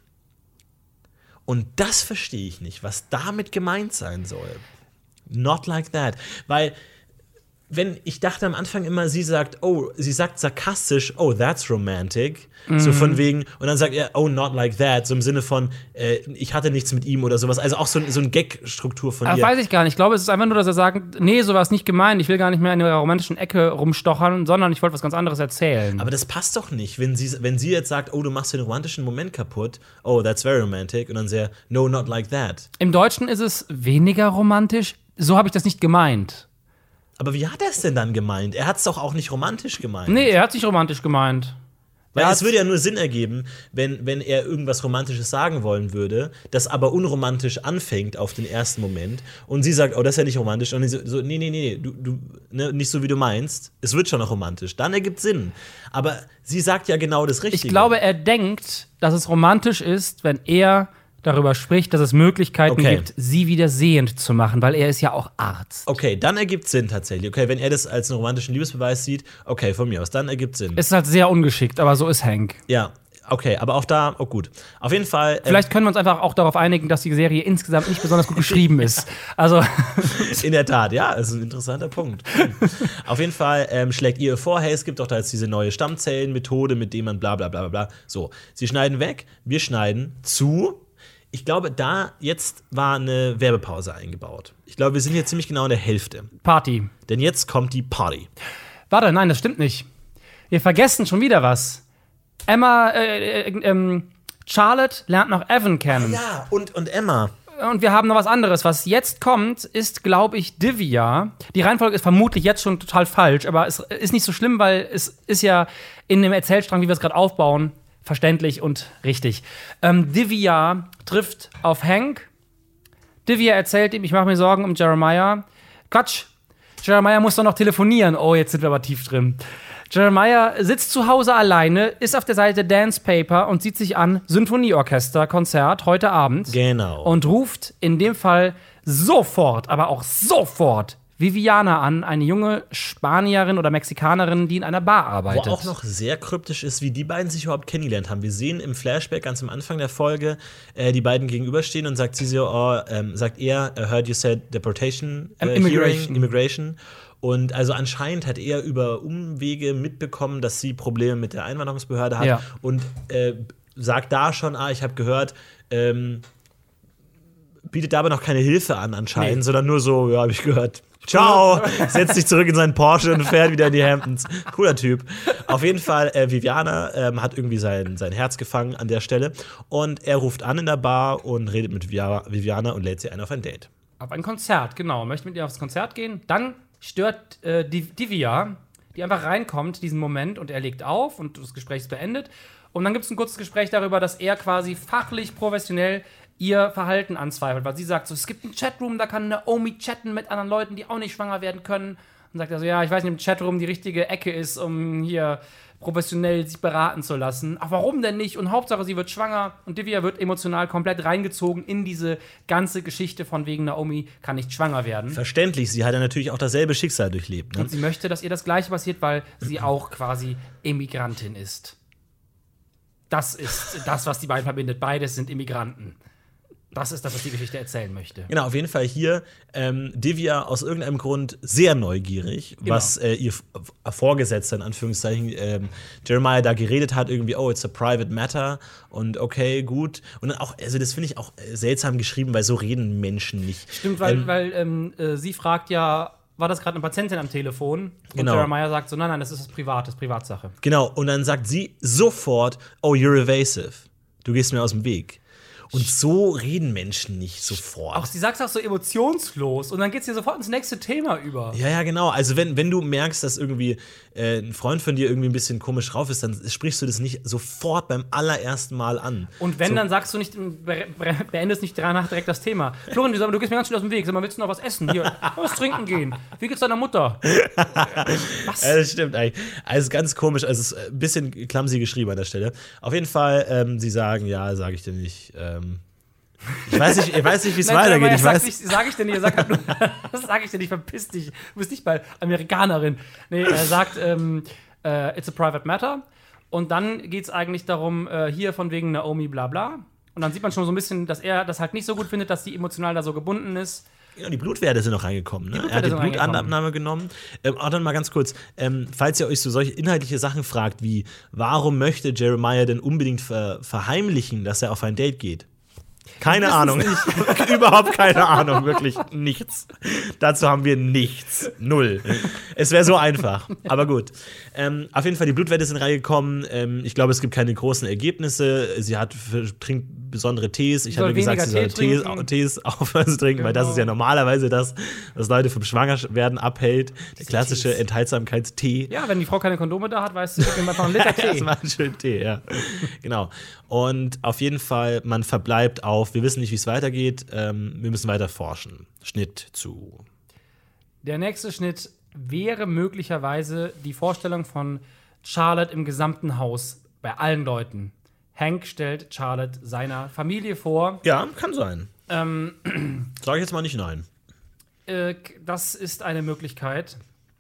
Und das verstehe ich nicht, was damit gemeint sein soll. Not like that. Weil, ich dachte am Anfang immer, sie sagt sarkastisch, oh, that's romantic. So von wegen, und dann sagt er, oh, not like that. So im Sinne von, ich hatte nichts mit ihm oder sowas. Also auch so ein Gag-Struktur von ihr. Weiß ich gar nicht. Ich glaube, es ist einfach nur, dass er sagt, nee, so war es nicht gemeint. Ich will gar nicht mehr in der romantischen Ecke rumstochern, sondern ich wollte was ganz anderes erzählen. Aber das passt doch nicht, wenn sie jetzt sagt, oh, du machst den romantischen Moment kaputt, oh, that's very romantic, und dann sehr, no, not like that. Im Deutschen ist es weniger romantisch. So habe ich das nicht gemeint. Aber wie hat er es denn dann gemeint? Er hat es doch auch nicht romantisch gemeint. Nee, er hat sich romantisch gemeint. Weil es würde ja nur Sinn ergeben, wenn er irgendwas Romantisches sagen wollen würde, das aber unromantisch anfängt auf den ersten Moment und sie sagt, oh, das ist ja nicht romantisch, und so, nee, du nicht so, wie du meinst, es wird schon noch romantisch, dann ergibt Sinn. Aber sie sagt ja genau das Richtige. Ich glaube, er denkt, dass es romantisch ist, wenn er darüber spricht, dass es Möglichkeiten gibt, sie wieder sehend zu machen, weil er ist ja auch Arzt. Okay, dann ergibt Sinn tatsächlich. Okay, wenn er das als einen romantischen Liebesbeweis sieht, okay, von mir aus, dann ergibt Sinn. Es ist halt sehr ungeschickt, aber so ist Hank. Ja, okay, aber auch da, oh gut. Auf jeden Fall. Vielleicht können wir uns einfach auch darauf einigen, dass die Serie insgesamt nicht besonders gut geschrieben ist. Also in der Tat, ja, das ist ein interessanter Punkt. Auf jeden Fall schlägt ihr vor, hey, es gibt doch da jetzt diese neue Stammzellenmethode, mit der man bla bla bla bla. So, sie schneiden weg, wir schneiden zu. Ich glaube, jetzt war eine Werbepause eingebaut. Ich glaube, wir sind hier ziemlich genau in der Hälfte. Party. Denn jetzt kommt die Party. Warte, nein, das stimmt nicht. Wir vergessen schon wieder was. Charlotte lernt noch Evan kennen. Ja, und Emma. Und wir haben noch was anderes. Was jetzt kommt, ist, glaube ich, Divya. Die Reihenfolge ist vermutlich jetzt schon total falsch, aber es ist nicht so schlimm, weil es ist ja in dem Erzählstrang, wie wir es gerade aufbauen, verständlich und richtig. Divya trifft auf Hank. Divya erzählt ihm, ich mache mir Sorgen um Jeremiah. Quatsch, Jeremiah muss doch noch telefonieren. Oh, jetzt sind wir aber tief drin. Jeremiah sitzt zu Hause alleine, ist auf der Seite Dance Paper und sieht sich an Symphonieorchester-Konzert heute Abend. Genau. Und ruft in dem Fall sofort, aber auch sofort Viviana an, eine junge Spanierin oder Mexikanerin, die in einer Bar arbeitet. Wo auch noch sehr kryptisch ist, wie die beiden sich überhaupt kennengelernt haben. Wir sehen im Flashback ganz am Anfang der Folge die beiden gegenüberstehen und sagt sie so, sagt er, heard you said deportation, immigration. Und also anscheinend hat er über Umwege mitbekommen, dass sie Probleme mit der Einwanderungsbehörde hat. Ja. Und sagt da schon, ich habe gehört, bietet dabei noch keine Hilfe an anscheinend, sondern nur so, ja, habe ich gehört. Ciao! Setzt sich zurück in seinen Porsche und fährt wieder in die Hamptons. Cooler Typ. Auf jeden Fall, Viviana hat irgendwie sein Herz gefangen an der Stelle. Und er ruft an in der Bar und redet mit Viviana und lädt sie ein auf ein Date. Auf ein Konzert, genau. Möchte mit ihr aufs Konzert gehen. Dann stört Divya, die einfach reinkommt, diesen Moment, und er legt auf und das Gespräch ist beendet. Und dann gibt es ein kurzes Gespräch darüber, dass er quasi fachlich, professionell ihr Verhalten anzweifelt, weil sie sagt so, es gibt einen Chatroom, da kann Naomi chatten mit anderen Leuten, die auch nicht schwanger werden können. Und sagt er so, ja, ich weiß nicht, ob im Chatroom die richtige Ecke ist, um hier professionell sich beraten zu lassen. Ach, warum denn nicht? Und Hauptsache, sie wird schwanger und Divya wird emotional komplett reingezogen in diese ganze Geschichte von wegen Naomi kann nicht schwanger werden. Verständlich, sie hat ja natürlich auch dasselbe Schicksal durchlebt. Ne? Und sie möchte, dass ihr das Gleiche passiert, weil sie auch quasi Immigrantin ist. Das ist das, was die beiden verbindet. Beides sind Immigranten. Das ist das, was die Geschichte erzählen möchte. Genau, auf jeden Fall hier Divya aus irgendeinem Grund sehr neugierig, Genau. was ihr Vorgesetzter, in Anführungszeichen, Jeremiah da geredet hat, irgendwie, oh, it's a private matter und okay, gut. Und dann auch, also das finde ich auch seltsam geschrieben, weil so reden Menschen nicht. Stimmt, weil sie fragt ja, war das gerade eine Patientin am Telefon? Und Genau. Jeremiah sagt so, nein, das ist Privatsache. Genau, und dann sagt sie sofort, oh, you're evasive. Du gehst mir aus dem Weg. Und so reden Menschen nicht sofort. Auch sie sagt es auch so emotionslos und dann geht es hier sofort ins nächste Thema über. Ja, genau. Also wenn du merkst, dass irgendwie ein Freund von dir irgendwie ein bisschen komisch drauf ist, dann sprichst du das nicht sofort beim allerersten Mal an. Und wenn, so, dann sagst du nicht, beendest nicht danach direkt das Thema. Florian, du gehst mir ganz schnell aus dem Weg. Sag mal, willst du noch was essen? Hier, was trinken gehen. Wie geht's deiner Mutter? Was? das stimmt eigentlich. Also es ist ganz komisch. Also es ist ein bisschen clumsy geschrieben an der Stelle. Auf jeden Fall, sie sagen, ja, sage ich dir nicht. Ich weiß nicht, wie es weitergeht. Sag ich dir nicht, sag halt nur, das sag ich dir nicht, verpiss dich. Du bist nicht mal Amerikanerin. Nee, er sagt, it's a private matter. Und dann geht es eigentlich darum, hier von wegen Naomi bla bla. Und dann sieht man schon so ein bisschen, dass er das halt nicht so gut findet, dass sie emotional da so gebunden ist. Ja, die Blutwerte sind noch reingekommen. Ne? Er hat die Blutabnahme genommen. Auch dann mal ganz kurz, falls ihr euch so solche inhaltliche Sachen fragt, wie warum möchte Jeremiah denn unbedingt verheimlichen, dass er auf ein Date geht? Keine Ahnung. Überhaupt keine Ahnung. Wirklich nichts. Dazu haben wir nichts. Null. Es wäre so einfach. Aber gut. Auf jeden Fall, die Blutwerte sind reingekommen. Ich glaube, es gibt keine großen Ergebnisse. Sie trinkt besondere Tees. Ich habe gesagt, sie soll Tees aufhören zu trinken, weil das ist ja normalerweise das, was Leute vom Schwangerwerden abhält. Der klassische Enthaltsamkeitstee. Ja, wenn die Frau keine Kondome da hat, weißt du, ich einfach einen Liter Tee. Das war ein schöner Tee, ja. Genau. Und auf jeden Fall, man verbleibt auf, wir wissen nicht, wie es weitergeht, wir müssen weiter forschen. Schnitt zu. Der nächste Schnitt wäre möglicherweise die Vorstellung von Charlotte im gesamten Haus, bei allen Leuten. Hank stellt Charlotte seiner Familie vor. Ja, kann sein. Sag ich jetzt mal nicht nein. Das ist eine Möglichkeit.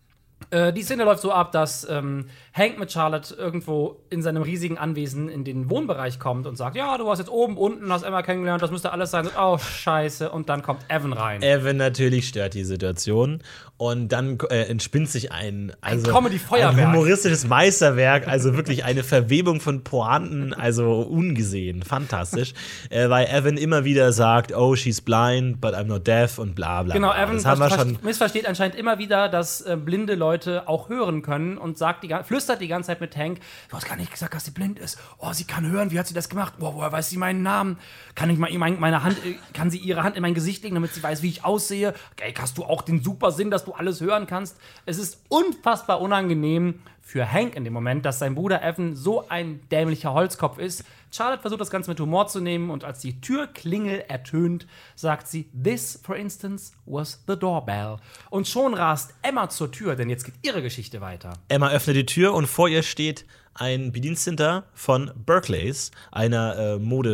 Die Szene läuft so ab, dass Hank mit Charlotte irgendwo in seinem riesigen Anwesen in den Wohnbereich kommt und sagt, ja, du warst jetzt oben, unten, hast Emma kennengelernt, das müsste alles sein. Und, oh, scheiße. Und dann kommt Evan rein. Evan natürlich stört die Situation. Und dann entspinnt sich ein Comedy-Feuerwerk. Ein humoristisches Meisterwerk, also wirklich eine Verwebung von Pointen, also ungesehen, fantastisch. Weil Evan immer wieder sagt, oh, she's blind, but I'm not deaf und bla bla. Genau, bla. Evan missversteht anscheinend immer wieder, dass blinde Leute auch hören können und flüstert die ganze Zeit mit Hank, du hast gar nicht gesagt, dass sie blind ist. Oh, sie kann hören, wie hat sie das gemacht? Oh, woher weiß sie meinen Namen? Kann sie ihre Hand in mein Gesicht legen, damit sie weiß, wie ich aussehe? Okay, hast du auch den super Sinn, dass du alles hören kannst? Es ist unfassbar unangenehm für Hank in dem Moment, dass sein Bruder Evan so ein dämlicher Holzkopf ist. Charlotte versucht das Ganze mit Humor zu nehmen und als die Türklingel ertönt, sagt sie, this, for instance, was the doorbell. Und schon rast Emma zur Tür, denn jetzt geht ihre Geschichte weiter. Emma öffnet die Tür und vor ihr steht ein Bediensteter von Berkeley's, einer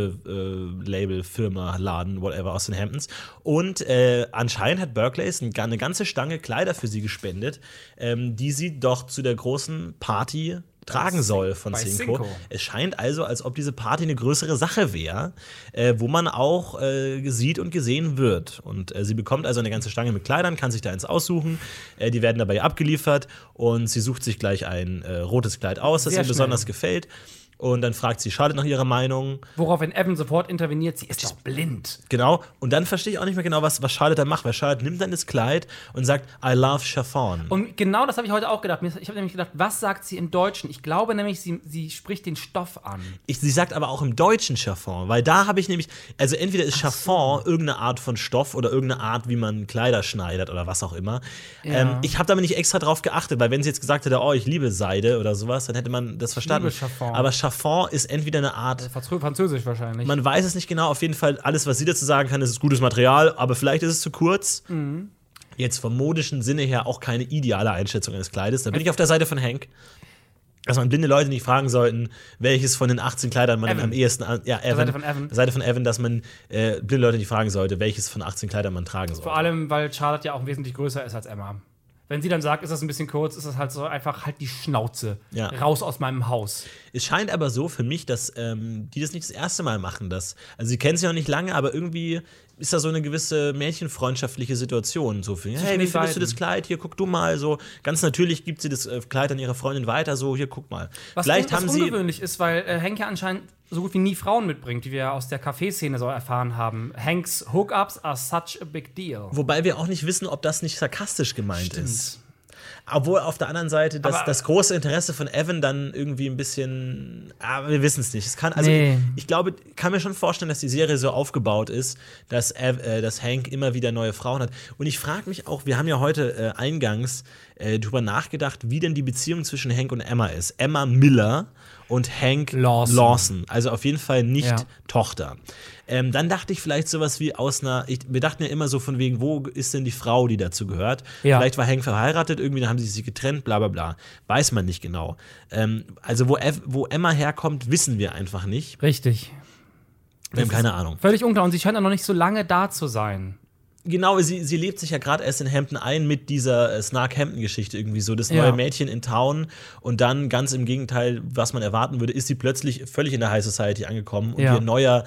Modelabel-Firma, Laden, whatever, aus den Hamptons. Und anscheinend hat Berkeley's eine ganze Stange Kleider für sie gespendet, die sie doch zu der großen Party tragen soll von Cinco. Es scheint also, als ob diese Party eine größere Sache wäre, wo man auch sieht und gesehen wird. Und sie bekommt also eine ganze Stange mit Kleidern, kann sich da eins aussuchen. Die werden dabei abgeliefert und sie sucht sich gleich ein rotes Kleid aus, das ihr besonders gefällt. Und dann fragt sie Charlotte nach ihrer Meinung. Woraufhin Evan sofort interveniert, sie ist doch blind. Genau, und dann verstehe ich auch nicht mehr genau, was Charlotte da macht, weil Charlotte nimmt dann das Kleid und sagt, I love chiffon. Und genau das habe ich heute auch gedacht. Ich habe nämlich gedacht, was sagt sie im Deutschen? Ich glaube nämlich, sie spricht den Stoff an. Sie sagt aber auch im Deutschen chiffon, weil da habe ich nämlich, also entweder ist chiffon irgendeine Art von Stoff oder irgendeine Art, wie man Kleider schneidet oder was auch immer. Ja. Ich habe da nicht extra drauf geachtet, weil wenn sie jetzt gesagt hätte, oh, ich liebe Seide oder sowas, dann hätte man das verstanden. Ich liebe chiffon. Aber Chiffon ist entweder eine Art. Französisch wahrscheinlich. Man weiß es nicht genau. Auf jeden Fall, alles, was sie dazu sagen kann, ist gutes Material, aber vielleicht ist es zu kurz. Jetzt vom modischen Sinne her auch keine ideale Einschätzung eines Kleides. Da bin ich auf der Seite von Hank. Dass man blinde Leute nicht fragen sollten, welches von den 18 Kleidern man am ehesten Seite von Evan, dass man blinde Leute nicht fragen sollte, welches von 18 Kleidern man tragen sollte. Vor allem, weil Charlotte ja auch wesentlich größer ist als Emma. Wenn sie dann sagt, ist das ein bisschen kurz, ist das halt so einfach halt die Schnauze. Ja. Raus aus meinem Haus. Es scheint aber so für mich, dass die das nicht das erste Mal machen. Also sie kennen sie noch nicht lange, aber irgendwie ist da so eine gewisse mädchenfreundschaftliche Situation. So für, hey, wie findest du das Kleid? Hier, guck du mal. So ganz natürlich gibt sie das Kleid an ihre Freundin weiter. So, hier, guck mal. Was ungewöhnlich ist, weil Hank ja anscheinend so gut wie nie Frauen mitbringt, wie wir aus der Café-Szene so erfahren haben. Hanks Hookups are such a big deal. Wobei wir auch nicht wissen, ob das nicht sarkastisch gemeint ist. Obwohl auf der anderen Seite das große Interesse von Evan dann irgendwie ein bisschen. Aber wir wissen es nicht. Es kann, ich glaube, kann mir schon vorstellen, dass die Serie so aufgebaut ist, dass Hank immer wieder neue Frauen hat. Und ich frage mich auch, wir haben ja heute eingangs drüber nachgedacht, wie denn die Beziehung zwischen Hank und Emma ist. Emma Miller und Hank Lawson. Also auf jeden Fall nicht Tochter. Dann dachte ich vielleicht sowas wie wir dachten ja immer so von wegen, wo ist denn die Frau, die dazu gehört? Ja. Vielleicht war Hank verheiratet, irgendwie, dann haben sie sich getrennt, bla bla bla. Weiß man nicht genau. Also wo Emma herkommt, wissen wir einfach nicht. Richtig. Wir haben keine Ahnung. Völlig unklar und sie scheint auch noch nicht so lange da zu sein. Genau, sie lebt sich ja gerade erst in Hampton ein mit dieser Snark-Hampton-Geschichte irgendwie so, das neue Mädchen in Town und dann ganz im Gegenteil, was man erwarten würde, ist sie plötzlich völlig in der High Society angekommen und ihr neuer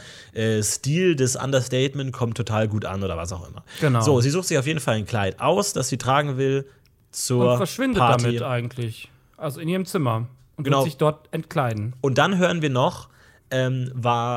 Stil des Understatement kommt total gut an oder was auch immer. Genau. So, sie sucht sich auf jeden Fall ein Kleid aus, das sie tragen will zur und verschwindet Party. Damit eigentlich. Also in ihrem Zimmer und wird sich dort entkleiden. Und dann hören wir noch, dann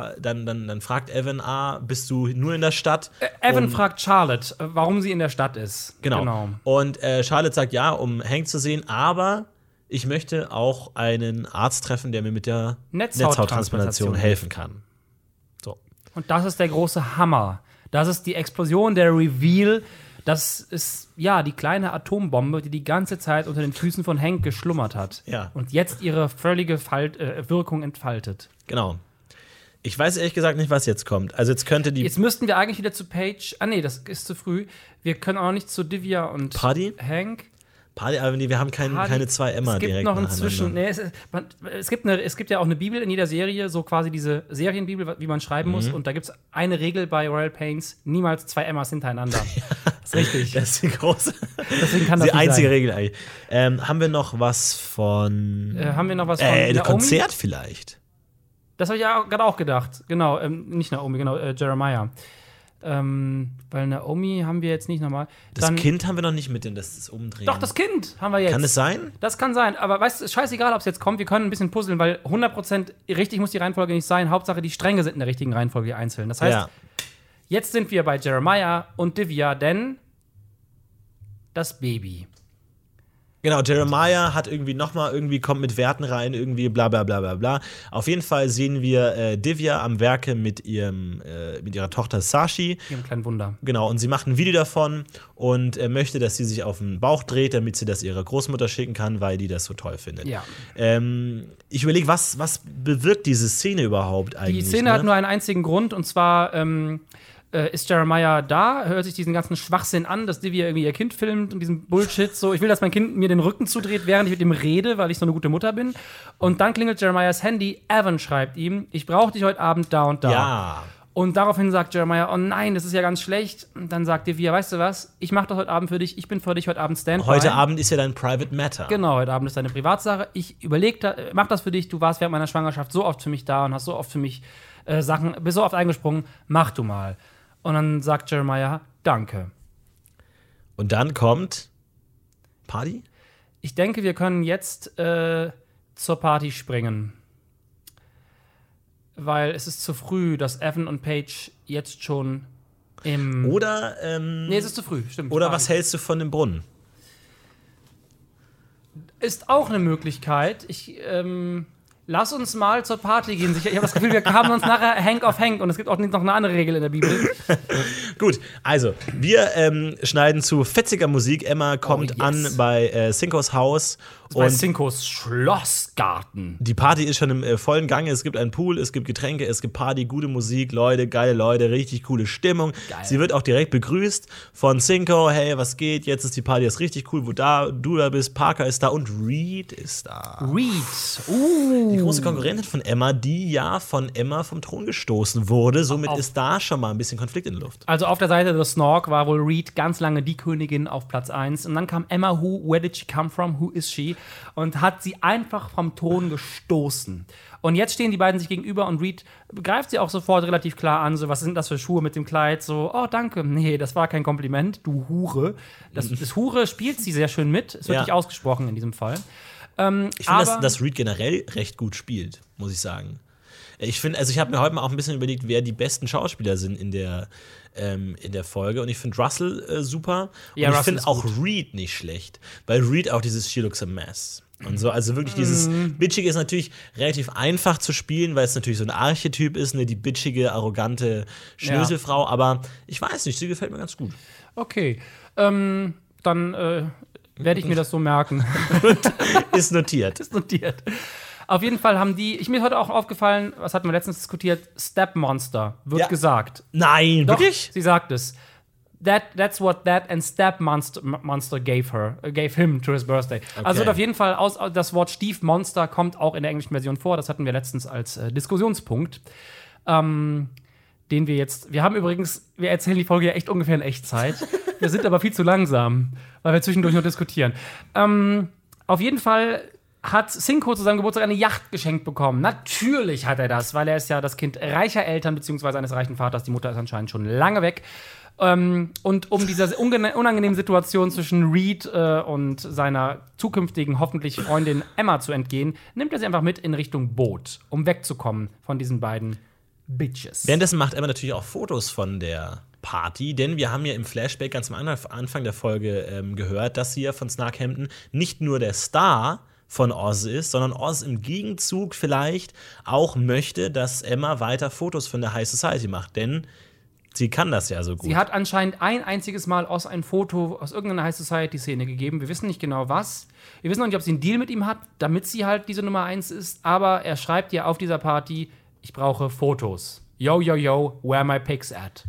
fragt Evan, bist du nur in der Stadt? Evan fragt Charlotte, warum sie in der Stadt ist. Genau. Und Charlotte sagt ja, um Hank zu sehen, aber ich möchte auch einen Arzt treffen, der mir mit der Netzhauttransplantation helfen kann. So. Und das ist der große Hammer. Das ist die Explosion, der Reveal. Das ist, die kleine Atombombe, die die ganze Zeit unter den Füßen von Hank geschlummert hat. Ja. Und jetzt ihre völlige Wirkung entfaltet. Genau. Ich weiß ehrlich gesagt nicht, was jetzt kommt. Also jetzt könnte die. Jetzt müssten wir eigentlich wieder zu Paige. Das ist zu früh. Wir können auch noch nicht zu Divya und Hank. Party, aber wir haben keine zwei Emma direkt nacheinander. Es gibt noch es gibt ja auch eine Bibel in jeder Serie, so quasi diese Serienbibel, wie man schreiben muss. Und da gibt es eine Regel bei Royal Pains: niemals zwei Emmas hintereinander. Das ist richtig. Das ist die große. Deswegen kann das die einzige Regel eigentlich. Haben wir noch was von. Naomi? Konzert vielleicht. Das habe ich ja gerade auch gedacht. Genau, nicht Naomi, genau, Jeremiah. Weil Naomi haben wir jetzt nicht nochmal. Das Kind haben wir noch nicht mit in das Umdrehen. Doch, das Kind haben wir jetzt. Kann es sein? Das kann sein. Aber weißt du, scheißegal, ob es jetzt kommt. Wir können ein bisschen puzzeln, weil 100% richtig muss die Reihenfolge nicht sein. Hauptsache, die Stränge sind in der richtigen Reihenfolge, die einzeln. Das heißt, jetzt sind wir bei Jeremiah und Divya, denn das Baby. Genau, Jeremiah hat kommt mit Werten rein, irgendwie bla bla bla bla bla. Auf jeden Fall sehen wir Divya am Werke mit ihrer Tochter Sashi. Ihrem kleinen Wunder. Genau, und sie macht ein Video davon und möchte, dass sie sich auf den Bauch dreht, damit sie das ihrer Großmutter schicken kann, weil die das so toll findet. Ja. Ich überlege, was bewirkt diese Szene überhaupt eigentlich? Die Szene hat nur einen einzigen Grund, und zwar ist Jeremiah da, hört sich diesen ganzen Schwachsinn an, dass Divya irgendwie ihr Kind filmt und diesen Bullshit so. Ich will, dass mein Kind mir den Rücken zudreht, während ich mit ihm rede, weil ich so eine gute Mutter bin. Und dann klingelt Jeremiahs Handy. Evan schreibt ihm, ich brauche dich heute Abend da und da. Ja. Und daraufhin sagt Jeremiah, oh nein, das ist ja ganz schlecht. Und dann sagt Divya, weißt du was, ich mache das heute Abend für dich, ich bin für dich heute Abend Standby. Heute Abend ist ja dein Private Matter. Genau, heute Abend ist deine Privatsache. Ich mach das für dich, du warst während meiner Schwangerschaft so oft für mich da und hast so oft für mich Sachen, bist so oft eingesprungen, mach du mal. Und dann sagt Jeremiah, danke. Und dann kommt Party? Ich denke, wir können jetzt zur Party springen. Weil es ist zu früh, dass Evan und Paige jetzt schon im. Oder. Es ist zu früh, stimmt. Oder Party. Was hältst du von dem Brunnen? Ist auch eine Möglichkeit. Lass uns mal zur Party gehen. Ich habe das Gefühl, wir haben uns nachher Hank auf Hank und es gibt auch noch eine andere Regel in der Bibel. Gut, also, wir schneiden zu fetziger Musik. Emma kommt an bei Cincos Haus Bei Cincos Schlossgarten. Die Party ist schon im vollen Gange. Es gibt einen Pool, es gibt Getränke, es gibt Party, gute Musik, Leute, geile Leute, richtig coole Stimmung. Geil. Sie wird auch direkt begrüßt von Cinco. Hey, was geht? Jetzt ist die Party ist richtig cool, wo du da bist. Parker ist da und Reed ist da. Die große Konkurrentin von Emma, die ja von Emma vom Thron gestoßen wurde. Somit ist da schon mal ein bisschen Konflikt in der Luft. Also auf der Seite des Snork war wohl Reed ganz lange die Königin auf Platz 1. Und dann kam Emma, where did she come from, who is she? Und hat sie einfach vom Thron gestoßen. Und jetzt stehen die beiden sich gegenüber und Reed greift sie auch sofort relativ klar an. So, was sind das für Schuhe mit dem Kleid? So, oh, danke. Nee, das war kein Kompliment, du Hure. Das Hure spielt sie sehr schön mit. Ist wirklich ausgesprochen in diesem Fall. Ich finde, dass Reed generell recht gut spielt, muss ich sagen. Ich finde, also ich habe mir heute mal auch ein bisschen überlegt, wer die besten Schauspieler sind in der Folge. Und ich finde Russell super. Ja, und ich Russell finde auch Reed nicht schlecht. Weil Reed auch dieses She looks a mess. Und so, also wirklich dieses Bitchige ist natürlich relativ einfach zu spielen, weil es natürlich so ein Archetyp ist, ne, die bitchige, arrogante Schnöselfrau. Aber ich weiß nicht, sie gefällt mir ganz gut. Okay, dann werde ich mir das so merken. Ist notiert. Ist notiert. Auf jeden Fall haben die, mir ist heute auch aufgefallen, was hatten wir letztens diskutiert, Step-Monster wird gesagt. Nein, Doch, wirklich? Sie sagt es. That's what that and Step-Monster gave him to his birthday. Okay. Also auf jeden Fall, das Wort Stiefmonster kommt auch in der englischen Version vor. Das hatten wir letztens als Diskussionspunkt. Den wir haben übrigens, wir erzählen die Folge ja echt ungefähr in Echtzeit. Wir sind aber viel zu langsam, weil wir zwischendurch nur diskutieren. Auf jeden Fall hat Cinco zu seinem Geburtstag eine Yacht geschenkt bekommen. Natürlich hat er das, weil er ist ja das Kind reicher Eltern bzw. eines reichen Vaters. Die Mutter ist anscheinend schon lange weg. Und um dieser unangenehmen Situation zwischen Reed und seiner zukünftigen, hoffentlich Freundin Emma zu entgehen, nimmt er sie einfach mit in Richtung Boot, um wegzukommen von diesen beiden Bitches. Währenddessen macht Emma natürlich auch Fotos von der Party, denn wir haben ja im Flashback ganz am Anfang der Folge gehört, dass hier von Snarkhampton nicht nur der Star von Oz ist, sondern Oz im Gegenzug vielleicht auch möchte, dass Emma weiter Fotos von der High Society macht, denn sie kann das ja so gut. Sie hat anscheinend ein einziges Mal Oz ein Foto aus irgendeiner High Society-Szene gegeben. Wir wissen nicht genau was. Wir wissen noch nicht, ob sie einen Deal mit ihm hat, damit sie halt diese Nummer 1 ist. Aber er schreibt ihr auf dieser Party, ich brauche Fotos. Yo, yo, yo, where my pics at?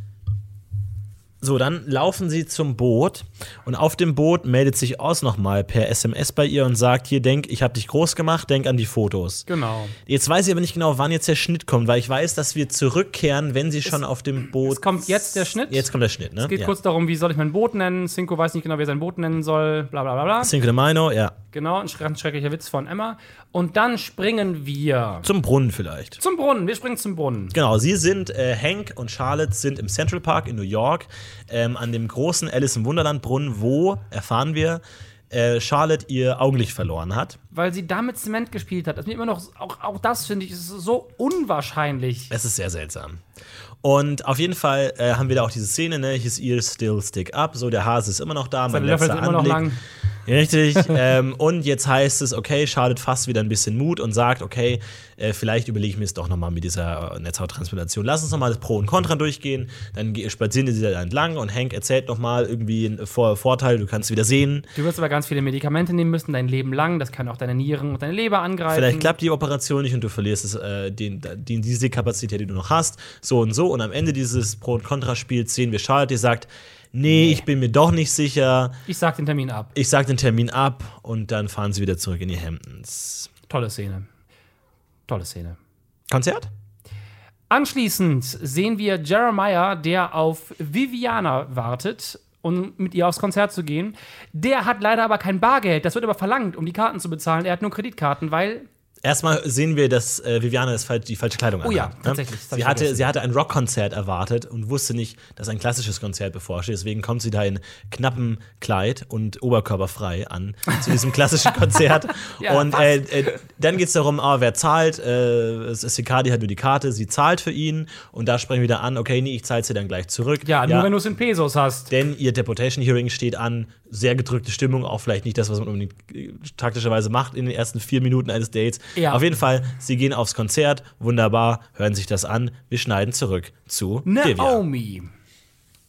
So, dann laufen sie zum Boot und auf dem Boot meldet sich Oz nochmal per SMS bei ihr und sagt, hier, ich habe dich groß gemacht, denk an die Fotos. Genau. Jetzt weiß ich aber nicht genau, wann jetzt der Schnitt kommt, weil ich weiß, dass wir zurückkehren, wenn sie schon auf dem Boot. Es kommt jetzt der Schnitt. Jetzt kommt der Schnitt, ne? Es geht kurz darum, wie soll ich mein Boot nennen. Cinco weiß nicht genau, wie er sein Boot nennen soll, bla bla bla bla. Cinco de Mayo, ja. Genau, ein ganz schrecklicher Witz von Emma. Und dann springen wir zum Brunnen vielleicht. Zum Brunnen, wir springen zum Brunnen. Genau, sie sind, Hank und Charlotte sind im Central Park in New York, an dem großen Alice im Wunderland Brunnen, wo, erfahren wir, Charlotte ihr Augenlicht verloren hat. Weil sie da mit Zement gespielt hat. Das ist immer noch, auch das finde ich, ist so unwahrscheinlich. Es ist sehr seltsam. Und auf jeden Fall haben wir da auch diese Szene, ne? His ears still stick up. So, der Hase ist immer noch da. Seine Löffel sind immer noch lang. Richtig. Und jetzt heißt es, okay, Charlotte fasst wieder ein bisschen Mut und sagt, okay, vielleicht überlege ich mir es doch noch mal mit dieser Netzhauttransplantation. Lass uns noch mal das Pro und Contra durchgehen. Dann spazieren sie da entlang und Hank erzählt noch mal irgendwie einen Vorteil, du kannst wieder sehen. Du wirst aber ganz viele Medikamente nehmen müssen, dein Leben lang. Das kann auch deine Nieren und deine Leber angreifen. Vielleicht klappt die Operation nicht und du verlierst diese Kapazität, die du noch hast. So und so. Und am Ende dieses Pro- und Contra-Spiels sehen wir Charlotte, die sagt, nee, ich bin mir doch nicht sicher. Ich sag den Termin ab. Und dann fahren sie wieder zurück in die Hamptons. Tolle Szene. Konzert? Anschließend sehen wir Jeremiah, der auf Viviana wartet, um mit ihr aufs Konzert zu gehen. Der hat leider aber kein Bargeld. Das wird aber verlangt, um die Karten zu bezahlen. Er hat nur Kreditkarten, weil Erstmal sehen wir, dass Viviana die falsche Kleidung anhat. Oh ja, tatsächlich. Sie hatte ein Rockkonzert erwartet und wusste nicht, dass ein klassisches Konzert bevorsteht. Deswegen kommt sie da in knappem Kleid und oberkörperfrei an zu diesem klassischen Konzert. Ja, und dann geht es darum, wer zahlt. Sicardi hat nur die Karte, sie zahlt für ihn. Und da sprechen wir wieder an, okay, nee, ich zahle sie dann gleich zurück. Ja, nur wenn du es in Pesos hast. Denn ihr Deportation Hearing steht an. Sehr gedrückte Stimmung, auch vielleicht nicht das, was man unbedingt taktischerweise macht in den ersten 4 Minuten eines Dates. Ja. Auf jeden Fall, sie gehen aufs Konzert, wunderbar, hören sich das an. Wir schneiden zurück zu Divya. Naomi.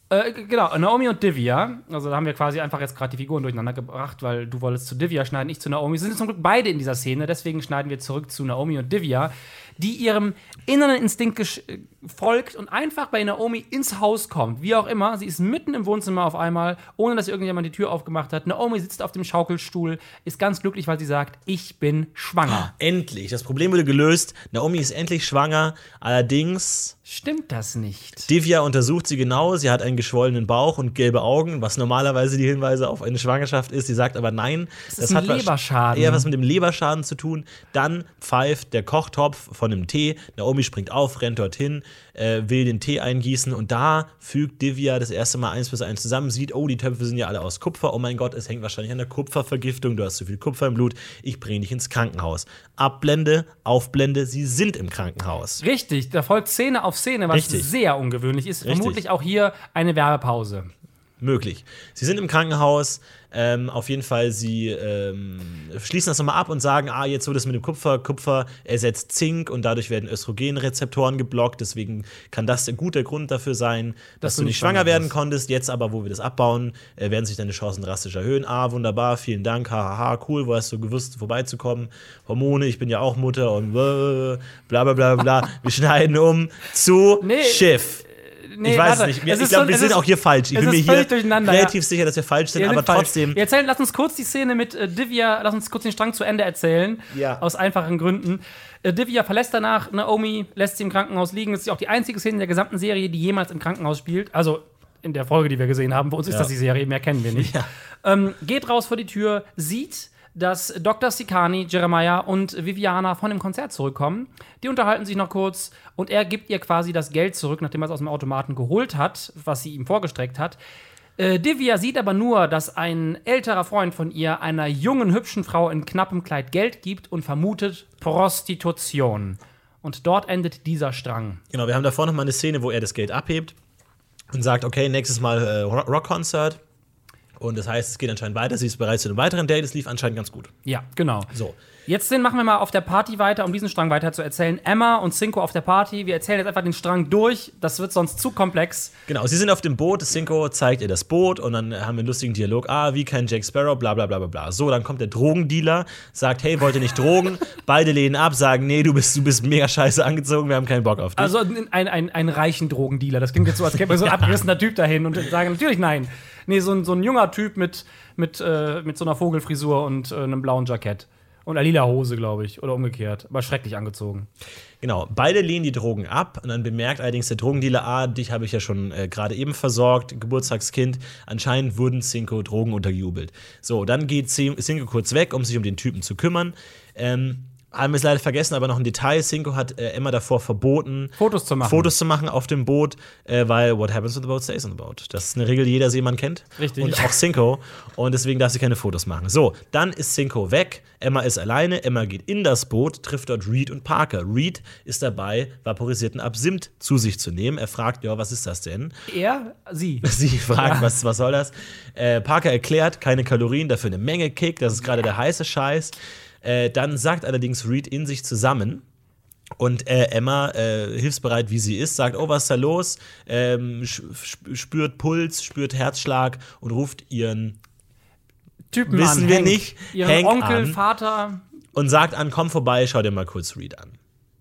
Genau, Naomi und Divya. Also da haben wir quasi einfach jetzt gerade die Figuren durcheinander gebracht, weil du wolltest zu Divya schneiden, ich zu Naomi. Sie sind zum Glück beide in dieser Szene, deswegen schneiden wir zurück zu Naomi und Divya, die ihrem inneren Instinkt folgt und einfach bei Naomi ins Haus kommt. Wie auch immer, sie ist mitten im Wohnzimmer auf einmal, ohne dass irgendjemand die Tür aufgemacht hat. Naomi sitzt auf dem Schaukelstuhl, ist ganz glücklich, weil sie sagt, ich bin schwanger. Endlich, das Problem wurde gelöst. Naomi ist endlich schwanger, allerdings stimmt das nicht. Divya untersucht sie genau, sie hat einen geschwollenen Bauch und gelbe Augen, was normalerweise die Hinweise auf eine Schwangerschaft ist. Sie sagt aber nein. Das hat Leberschaden. Eher was mit dem Leberschaden zu tun. Dann pfeift der Kochtopf von dem Tee. Naomi springt auf, rennt dorthin, will den Tee eingießen und da fügt Divya das erste Mal 1 plus 1 zusammen, sieht, oh, die Töpfe sind ja alle aus Kupfer. Oh mein Gott, es hängt wahrscheinlich an der Kupfervergiftung. Du hast zu viel Kupfer im Blut. Ich bringe dich ins Krankenhaus. Abblende, Aufblende, sie sind im Krankenhaus. Richtig, da folgt Szene auf Szene, was sehr ungewöhnlich ist. Richtig. Vermutlich auch hier eine Werbepause. Möglich. Sie sind im Krankenhaus. Auf jeden Fall, sie schließen das nochmal ab und sagen, jetzt wird es mit dem Kupfer ersetzt Zink und dadurch werden Östrogenrezeptoren geblockt. Deswegen kann das ein guter Grund dafür sein, dass du nicht schwanger werden konntest. Jetzt aber, wo wir das abbauen, werden sich deine Chancen drastisch erhöhen. Wunderbar, vielen Dank, hahaha, cool, wo hast du gewusst, vorbeizukommen? Hormone, ich bin ja auch Mutter und bla bla bla bla. Wir schneiden um zu Schiff. Nee, ich weiß es nicht. Ich glaube, wir sind auch hier falsch. Ich bin mir hier relativ sicher, dass wir falsch sind, aber trotzdem. Lass uns kurz die Szene mit Divya, lass uns kurz den Strang zu Ende erzählen. Ja. Aus einfachen Gründen. Divya verlässt danach Naomi, lässt sie im Krankenhaus liegen. Das ist auch die einzige Szene der gesamten Serie, die jemals im Krankenhaus spielt. Also in der Folge, die wir gesehen haben. Bei uns ist das die Serie, mehr kennen wir nicht. Ja. Geht raus vor die Tür, sieht, dass Dr. Sikani, Jeremiah und Viviana von dem Konzert zurückkommen. Die unterhalten sich noch kurz und er gibt ihr quasi das Geld zurück, nachdem er es aus dem Automaten geholt hat, was sie ihm vorgestreckt hat. Divya sieht aber nur, dass ein älterer Freund von ihr einer jungen, hübschen Frau in knappem Kleid Geld gibt und vermutet Prostitution. Und dort endet dieser Strang. Genau, wir haben davor noch mal eine Szene, wo er das Geld abhebt und sagt, okay, nächstes Mal Rockkonzert. Und das heißt, es geht anscheinend weiter. Sie ist bereit zu einem weiteren Date. Es lief anscheinend ganz gut. Ja, genau. So. Jetzt machen wir mal auf der Party weiter, um diesen Strang weiter zu erzählen. Emma und Cinco auf der Party. Wir erzählen jetzt einfach den Strang durch. Das wird sonst zu komplex. Genau, sie sind auf dem Boot. Cinco zeigt ihr das Boot. Und dann haben wir einen lustigen Dialog. Wie kein Jack Sparrow, bla bla bla bla bla. So, dann kommt der Drogendealer, sagt, hey, wollt ihr nicht drogen? Beide lehnen ab, sagen, nee, du bist mega scheiße angezogen, wir haben keinen Bock auf dich. Also ein reichen Drogendealer. Das klingt jetzt so, als käme so ein abgerissener Typ dahin und sagen, natürlich nein. Nee, so ein junger Typ mit so einer Vogelfrisur und einem blauen Jackett. Und einer lila Hose, glaube ich. Oder umgekehrt. Aber schrecklich angezogen. Genau, beide lehnen die Drogen ab. Und dann bemerkt allerdings der Drogendealer, dich habe ich ja schon gerade eben versorgt, Geburtstagskind. Anscheinend wurden Cinco Drogen untergejubelt. So, dann geht Cinco kurz weg, um sich um den Typen zu kümmern. Haben wir es leider vergessen, aber noch ein Detail. Cinco hat Emma davor verboten, Fotos zu machen auf dem Boot, weil what happens on the boat stays on the boat. Das ist eine Regel, die jeder Seemann kennt. Richtig. Und auch Cinco. Und deswegen darf sie keine Fotos machen. So, dann ist Cinco weg. Emma ist alleine. Emma geht in das Boot, trifft dort Reed und Parker. Reed ist dabei, vaporisierten Absinth zu sich zu nehmen. Er fragt, ja, was ist das denn? Sie. Sie fragt, was soll das? Parker erklärt, keine Kalorien, dafür eine Menge Kick. Das ist gerade der heiße Scheiß. Dann sagt allerdings Reed in sich zusammen und Emma, hilfsbereit wie sie ist, sagt, oh, was ist da los? Spürt Puls, spürt Herzschlag und ruft ihren Typen wissen an, wir Hank. nicht, Ihren Hank Onkel, an Vater. Und sagt an, komm vorbei, schau dir mal kurz Reed an.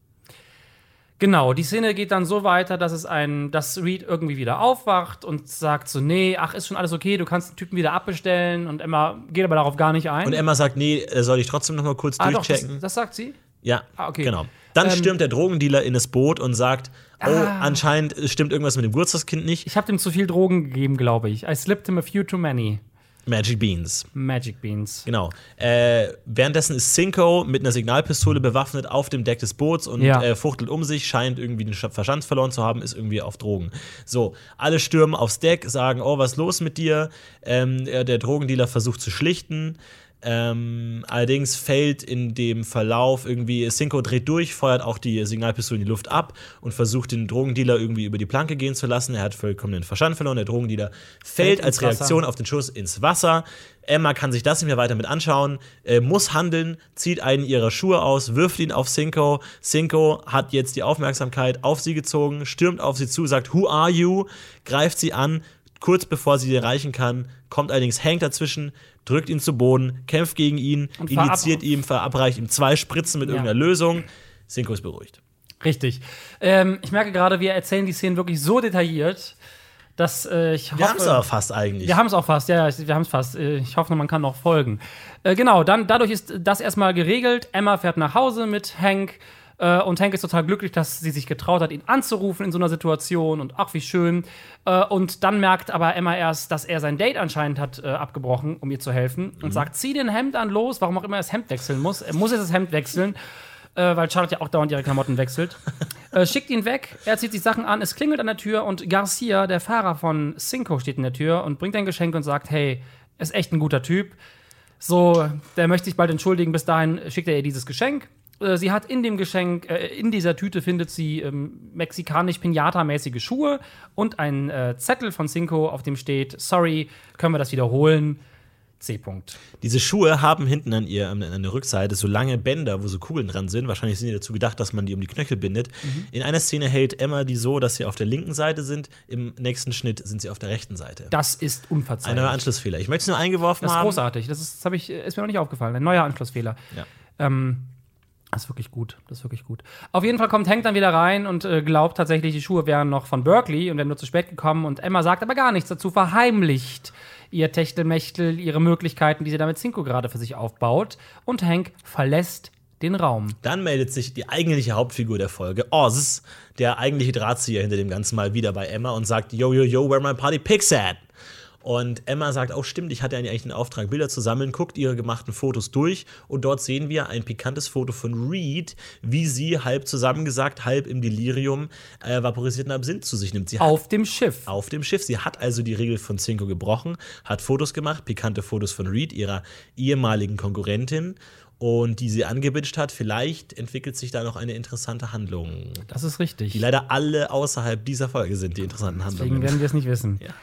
Genau, die Szene geht dann so weiter, dass Reed irgendwie wieder aufwacht und sagt so, nee, ist schon alles okay, du kannst den Typen wieder abbestellen und Emma geht aber darauf gar nicht ein. Und Emma sagt, nee, soll ich trotzdem noch mal kurz durchchecken? Doch, das sagt sie? Ja, okay. Genau. Dann stürmt der Drogendealer in das Boot und sagt, anscheinend stimmt irgendwas mit dem Geburtstagskind nicht. Ich habe dem zu viel Drogen gegeben, glaube ich. I slipped him a few too many. Magic Beans. Genau. Währenddessen ist Cinco mit einer Signalpistole bewaffnet auf dem Deck des Boots und fuchtelt um sich, scheint irgendwie den Verstand verloren zu haben, ist irgendwie auf Drogen. So, alle stürmen aufs Deck, sagen, oh, was ist los mit dir? Der Drogendealer versucht zu schlichten. Allerdings fällt in dem Verlauf irgendwie, Cinco dreht durch, feuert auch die Signalpistole in die Luft ab und versucht den Drogendealer irgendwie über die Planke gehen zu lassen. Er hat vollkommen den Verstand verloren. Der Drogendealer fällt als Reaktion auf den Schuss ins Wasser. Emma kann sich das nicht mehr weiter mit anschauen, muss handeln, zieht einen ihrer Schuhe aus, wirft ihn auf Cinco. Cinco hat jetzt die Aufmerksamkeit auf sie gezogen, stürmt auf sie zu, sagt, "Who are you?", greift sie an. Kurz bevor sie ihn erreichen kann, kommt allerdings Hank dazwischen, drückt ihn zu Boden, kämpft gegen ihn, und injiziert ihm, verabreicht ihm 2 Spritzen mit irgendeiner Lösung. Cinco ist beruhigt. Richtig. Ich merke gerade, wir erzählen die Szenen wirklich so detailliert, dass ich hoffe. Wir haben es aber fast eigentlich. Wir haben es auch fast, ja, wir haben es fast. Ich hoffe, man kann noch folgen. Genau, dadurch ist das erstmal geregelt. Emma fährt nach Hause mit Hank. Und Hank ist total glücklich, dass sie sich getraut hat, ihn anzurufen in so einer Situation. Und ach, wie schön. Und dann merkt aber Emma erst, dass er sein Date anscheinend hat abgebrochen, um ihr zu helfen. Und sagt, zieh den Hemd an, los, warum auch immer er das Hemd wechseln muss. Er muss jetzt das Hemd wechseln, weil Charlotte ja auch dauernd ihre Klamotten wechselt. Schickt ihn weg, er zieht sich Sachen an, es klingelt an der Tür und Garcia, der Fahrer von Cinco, steht in der Tür und bringt ein Geschenk und sagt, hey, ist echt ein guter Typ. So, der möchte sich bald entschuldigen, bis dahin schickt er ihr dieses Geschenk. Sie hat in dem Geschenk, in dieser Tüte findet sie mexikanisch-Pinata-mäßige Schuhe und einen Zettel von Cinco, auf dem steht, sorry, können wir das wiederholen? C. -Punkt. Diese Schuhe haben hinten an der Rückseite so lange Bänder, wo so Kugeln dran sind. Wahrscheinlich sind die dazu gedacht, dass man die um die Knöchel bindet. In einer Szene hält Emma die so, dass sie auf der linken Seite sind. Im nächsten Schnitt sind sie auf der rechten Seite. Das ist unverzeihlich. Ein neuer Anschlussfehler. Ich möchte es nur eingeworfen haben. Das ist großartig. Ist mir noch nicht aufgefallen. Ein neuer Anschlussfehler. Ja. Das ist wirklich gut. Auf jeden Fall kommt Hank dann wieder rein und glaubt tatsächlich, die Schuhe wären noch von Berkeley und wären nur zu spät gekommen. Und Emma sagt aber gar nichts dazu, verheimlicht ihr Techtelmechtel, ihre Möglichkeiten, die sie da mit Cinco gerade für sich aufbaut. Und Hank verlässt den Raum. Dann meldet sich die eigentliche Hauptfigur der Folge, Oz, der eigentliche Drahtzieher hinter dem Ganzen, mal wieder bei Emma und sagt, yo, yo, yo, where my party pics at? Und Emma sagt, oh stimmt, ich hatte eigentlich den Auftrag, Bilder zu sammeln, guckt ihre gemachten Fotos durch und dort sehen wir ein pikantes Foto von Reed, wie sie halb zusammengesagt, halb im Delirium vaporisierten Absinth zu sich nimmt. Auf dem Schiff. Auf dem Schiff. Sie hat also die Regel von Cinco gebrochen, hat Fotos gemacht, pikante Fotos von Reed, ihrer ehemaligen Konkurrentin. Und die sie angebitscht hat, vielleicht entwickelt sich da noch eine interessante Handlung. Das ist richtig. Die leider alle außerhalb dieser Folge sind, die interessanten Handlungen. Deswegen werden wir es nicht wissen. Ja.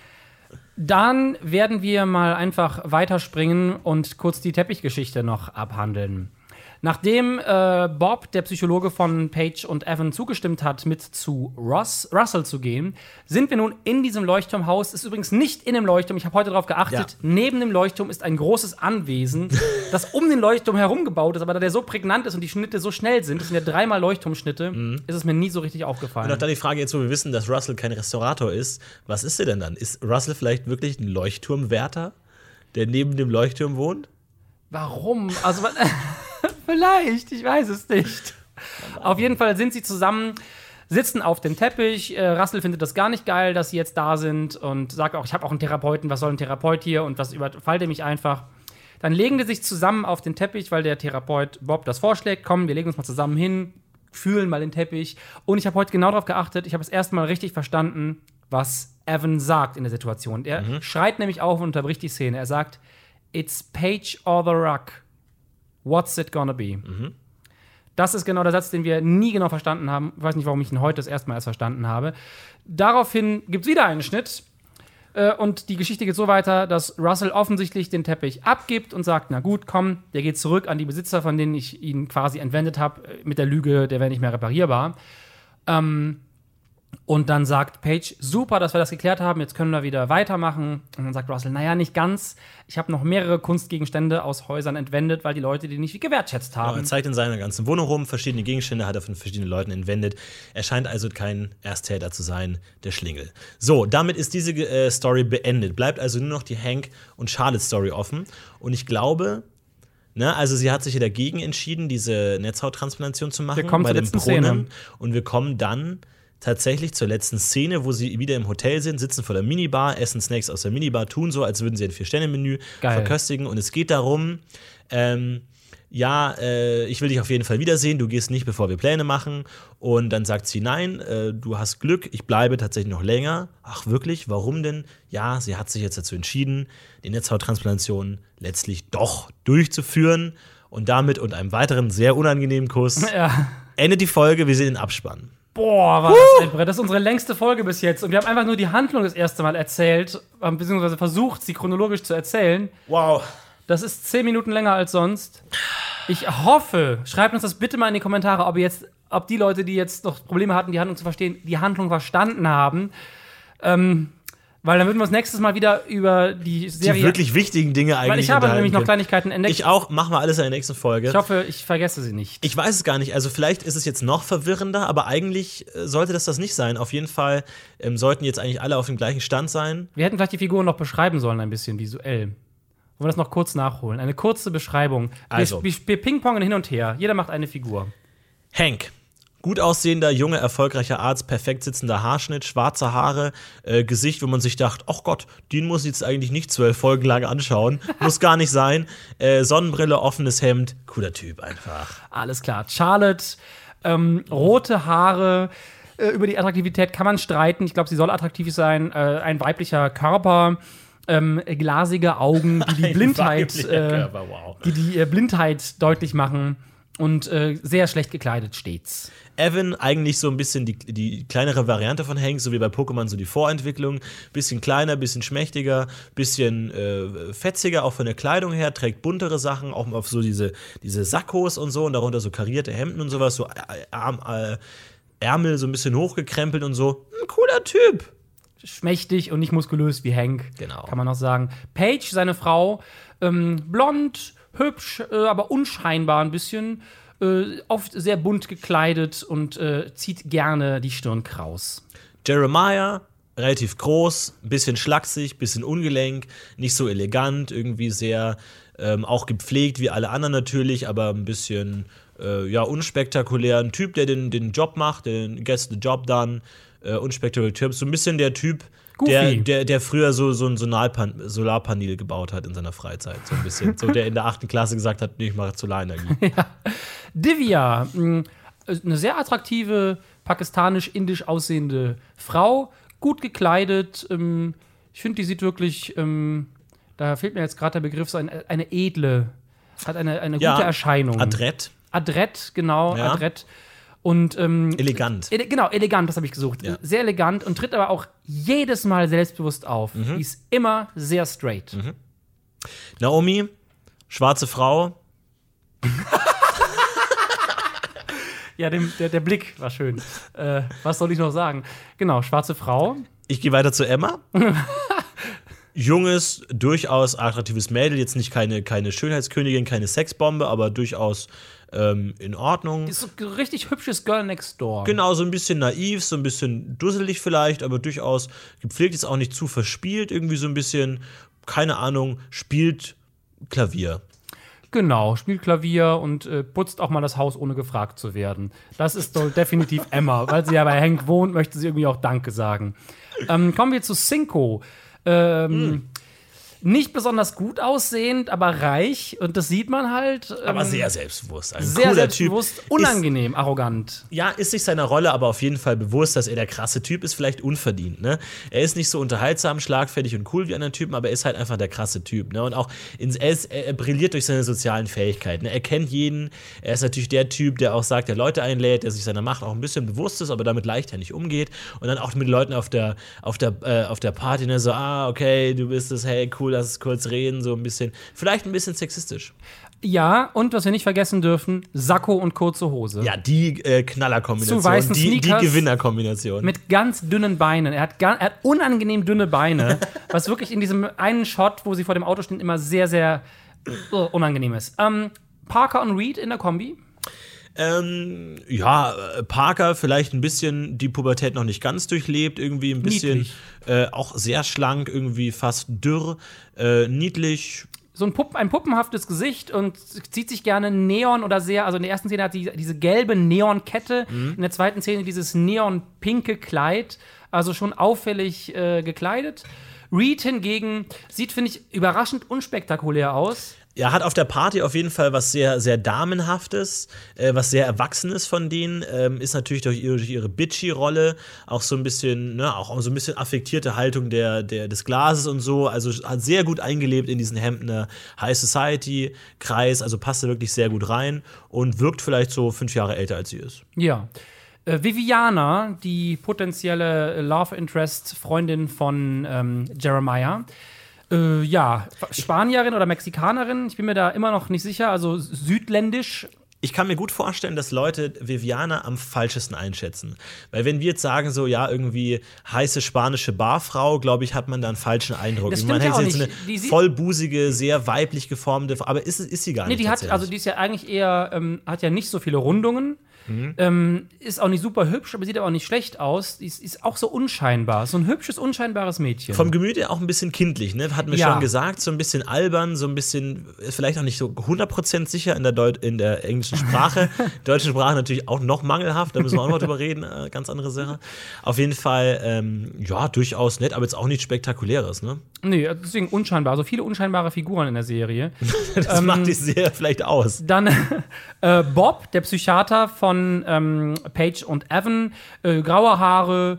Dann werden wir mal einfach weiterspringen und kurz die Teppichgeschichte noch abhandeln. Nachdem Bob, der Psychologe von Paige und Evan, zugestimmt hat, mit zu Russell zu gehen, sind wir nun in diesem Leuchtturmhaus. Ist übrigens nicht in dem Leuchtturm, ich habe heute darauf geachtet. Ja. Neben dem Leuchtturm ist ein großes Anwesen, das um den Leuchtturm herum gebaut ist, aber da der so prägnant ist und die Schnitte so schnell sind, das sind ja 3-mal Leuchtturmschnitte, ist es mir nie so richtig aufgefallen. Und auch dann die Frage, jetzt wo wir wissen, dass Russell kein Restaurator ist, was ist er denn dann? Ist Russell vielleicht wirklich ein Leuchtturmwärter, der neben dem Leuchtturm wohnt? Warum? Also vielleicht, ich weiß es nicht. Auf jeden Fall sind sie zusammen, sitzen auf dem Teppich. Russell findet das gar nicht geil, dass sie jetzt da sind und sagt auch, ich habe auch einen Therapeuten, was soll ein Therapeut hier und was überfallt er mich einfach. Dann legen die sich zusammen auf den Teppich, weil der Therapeut Bob das vorschlägt. Komm, wir legen uns mal zusammen hin, fühlen mal den Teppich. Und ich habe heute genau darauf geachtet, ich habe das erste Mal richtig verstanden, was Evan sagt in der Situation. Er schreit nämlich auf und unterbricht die Szene. Er sagt, "It's Paige or the Rug. What's it gonna be?" Das ist genau der Satz, den wir nie genau verstanden haben. Ich weiß nicht, warum ich ihn heute das erste Mal erst verstanden habe. Daraufhin gibt es wieder einen Schnitt. Und die Geschichte geht so weiter, dass Russell offensichtlich den Teppich abgibt und sagt, na gut, komm, der geht zurück an die Besitzer, von denen ich ihn quasi entwendet habe, mit der Lüge, der wäre nicht mehr reparierbar. Und dann sagt Paige, super, dass wir das geklärt haben, jetzt können wir wieder weitermachen. Und dann sagt Russell, naja, nicht ganz. Ich habe noch mehrere Kunstgegenstände aus Häusern entwendet, weil die Leute die nicht gewertschätzt haben. Er zeigt in seiner ganzen Wohnung rum, verschiedene Gegenstände hat er von verschiedenen Leuten entwendet. Er scheint also kein Ersttäter zu sein, der Schlingel. So, damit ist diese Story beendet. Bleibt also nur noch die Hank und Charlotte Story offen. Und ich glaube, also sie hat sich ja dagegen entschieden, diese Netzhauttransplantation zu machen. Wir kommen bei zur dem letzten Brunnen. Szene. Und wir kommen dann tatsächlich zur letzten Szene, wo sie wieder im Hotel sind, sitzen vor der Minibar, essen Snacks aus der Minibar, tun so, als würden sie ein 4-Sterne-Menü verköstigen. Und es geht darum, ja, ich will dich auf jeden Fall wiedersehen, du gehst nicht, bevor wir Pläne machen. Und dann sagt sie, nein, du hast Glück, ich bleibe tatsächlich noch länger. Ach wirklich, warum denn? Ja, sie hat sich jetzt dazu entschieden, die Netzhauttransplantation letztlich doch durchzuführen. Und damit und einem weiteren sehr unangenehmen Kuss endet die Folge, wir sehen den Abspann. Boah, war das ein Brett. Das ist unsere längste Folge bis jetzt. Und wir haben einfach nur die Handlung das erste Mal erzählt, beziehungsweise versucht, sie chronologisch zu erzählen. Wow. Das ist 10 Minuten länger als sonst. Ich hoffe, schreibt uns das bitte mal in die Kommentare, ob die Leute, die jetzt noch Probleme hatten, die Handlung zu verstehen, die Handlung verstanden haben. Weil dann würden wir uns nächstes Mal wieder über die Serie. Die wirklich wichtigen Dinge eigentlich. Weil ich habe nämlich noch Kleinigkeiten entdeckt. Ich auch. Machen wir alles in der nächsten Folge. Ich hoffe, ich vergesse sie nicht. Ich weiß es gar nicht. Also, vielleicht ist es jetzt noch verwirrender, aber eigentlich sollte das nicht sein. Auf jeden Fall sollten jetzt eigentlich alle auf dem gleichen Stand sein. Wir hätten vielleicht die Figuren noch beschreiben sollen, ein bisschen visuell. Wollen wir das noch kurz nachholen? Eine kurze Beschreibung. Also. Wir pingpongen hin und her. Jeder macht eine Figur. Hank. Gut aussehender, junger, erfolgreicher Arzt, perfekt sitzender Haarschnitt, schwarze Haare, Gesicht, wo man sich dachte, ach Gott, den muss ich jetzt eigentlich nicht 12 Folgen lang anschauen. Muss gar nicht sein. Sonnenbrille, offenes Hemd, cooler Typ einfach. Alles klar. Charlotte, rote Haare, über die Attraktivität kann man streiten. Ich glaube, sie soll attraktiv sein. Ein weiblicher Körper. Glasige Augen, die die Blindheit, wow. die Blindheit deutlich machen. Und sehr schlecht gekleidet stets. Evan eigentlich so ein bisschen die kleinere Variante von Hank, so wie bei Pokémon so die Vorentwicklung. Bisschen kleiner, bisschen schmächtiger, bisschen fetziger, auch von der Kleidung her, trägt buntere Sachen, auch auf so diese Sakkos und so und darunter so karierte Hemden und sowas, so Ärmel so ein bisschen hochgekrempelt und so. Ein cooler Typ. Schmächtig und nicht muskulös wie Hank, genau. Kann man auch sagen. Paige, seine Frau, blond, hübsch, aber unscheinbar ein bisschen, oft sehr bunt gekleidet und zieht gerne die Stirn kraus. Jeremiah, relativ groß, bisschen schlaksig, bisschen ungelenk, nicht so elegant, irgendwie sehr auch gepflegt wie alle anderen natürlich, aber ein bisschen unspektakulär. Ein Typ, der den Job macht, den gets the job done, unspektakulär Typ. So ein bisschen der Typ, der früher so ein Solarpanel gebaut hat in seiner Freizeit. So ein bisschen. So der in der 8. Klasse gesagt hat, nee, ich mache Solarenergie. Ja. Divya, eine sehr attraktive, pakistanisch-indisch aussehende Frau, gut gekleidet. Ich finde, die sieht wirklich, da fehlt mir jetzt gerade der Begriff, so eine edle, hat eine gute Erscheinung. Adrett, genau, ja. Adrett. Und elegant. Elegant, das habe ich gesucht. Ja. Sehr elegant und tritt aber auch jedes Mal selbstbewusst auf. Die ist immer sehr straight. Naomi, schwarze Frau. Ja, der Blick war schön. Was soll ich noch sagen? Genau, schwarze Frau. Ich gehe weiter zu Emma. Junges, durchaus attraktives Mädel. Jetzt nicht keine Schönheitskönigin, keine Sexbombe, aber durchaus in Ordnung. Ist so ein richtig hübsches Girl next door. Genau, so ein bisschen naiv, so ein bisschen dusselig vielleicht, aber durchaus gepflegt, ist auch nicht zu verspielt. Irgendwie so ein bisschen, keine Ahnung, spielt Klavier. Genau, spielt Klavier und putzt auch mal das Haus, ohne gefragt zu werden. Das ist doch definitiv Emma. Weil sie ja bei Hank wohnt, möchte sie irgendwie auch Danke sagen. Kommen wir zu Cinco. Nicht besonders gut aussehend, aber reich. Und das sieht man halt. Aber sehr selbstbewusst. Ein sehr cooler selbstbewusst, Typ. Unangenehm, arrogant. Ja, ist sich seiner Rolle aber auf jeden Fall bewusst, dass er der krasse Typ ist, vielleicht unverdient. Ne? Er ist nicht so unterhaltsam, schlagfertig und cool wie andere Typen, aber er ist halt einfach der krasse Typ. Ne? Und auch er brilliert durch seine sozialen Fähigkeiten. Ne? Er kennt jeden. Er ist natürlich der Typ, der auch sagt, der Leute einlädt, der sich seiner Macht auch ein bisschen bewusst ist, aber damit leichtfertig umgeht. Und dann auch mit Leuten auf der Party, ne? So, okay, du bist es, hey, cool, lass es kurz reden, so ein bisschen, vielleicht ein bisschen sexistisch. Ja, und was wir nicht vergessen dürfen, Sakko und kurze Hose. Ja, die Knallerkombination, zu weißen die Sneakers Gewinnerkombination. Mit ganz dünnen Beinen. Er hat unangenehm dünne Beine, was wirklich in diesem einen Shot, wo sie vor dem Auto stehen, immer sehr, sehr unangenehm ist. Parker und Reed in der Kombi. Parker vielleicht ein bisschen die Pubertät noch nicht ganz durchlebt, irgendwie ein bisschen auch sehr schlank, irgendwie fast dürr, niedlich. So ein puppenhaftes Gesicht und zieht sich gerne Neon oder sehr, also in der ersten Szene hat sie diese gelbe Neonkette, in der zweiten Szene dieses neonpinke Kleid, also schon auffällig gekleidet. Reed hingegen sieht, finde ich, überraschend unspektakulär aus. Ja, hat auf der Party auf jeden Fall was sehr, sehr Damenhaftes, was sehr Erwachsenes von denen. Ist natürlich durch ihre Bitchy-Rolle auch so ein bisschen, ne, auch so ein bisschen affektierte Haltung des Glases und so. Also hat sehr gut eingelebt in diesen Hamptoner High Society-Kreis. Also passte wirklich sehr gut rein und wirkt vielleicht so 5 Jahre älter, als sie ist. Ja. Viviana, die potenzielle Love Interest-Freundin von Jeremiah. Spanierin oder Mexikanerin, ich bin mir da immer noch nicht sicher, also südländisch. Ich kann mir gut vorstellen, dass Leute Viviana am falschesten einschätzen. Weil wenn wir jetzt sagen, so, ja, irgendwie heiße spanische Barfrau, glaube ich, hat man da einen falschen Eindruck. Das man stimmt ja auch jetzt nicht. eine vollbusige, sehr weiblich geformte, aber ist sie gar nicht. Die ist ja eigentlich eher, hat ja nicht so viele Rundungen. Ist auch nicht super hübsch, aber sieht aber auch nicht schlecht aus. Ist auch so unscheinbar. So ein hübsches, unscheinbares Mädchen. Vom Gemüt her auch ein bisschen kindlich, ne? Hatten wir schon gesagt. So ein bisschen albern, so ein bisschen, vielleicht auch nicht so 100% sicher in der englischen Sprache. Deutsche Sprache natürlich auch noch mangelhaft, da müssen wir auch noch drüber reden. Ganz andere Sache. Auf jeden Fall, durchaus nett, aber jetzt auch nichts Spektakuläres, ne? Nee, deswegen unscheinbar. So viele unscheinbare Figuren in der Serie. Das macht die Serie vielleicht aus. Dann Bob, der Psychiater von Paige und Evan, graue Haare,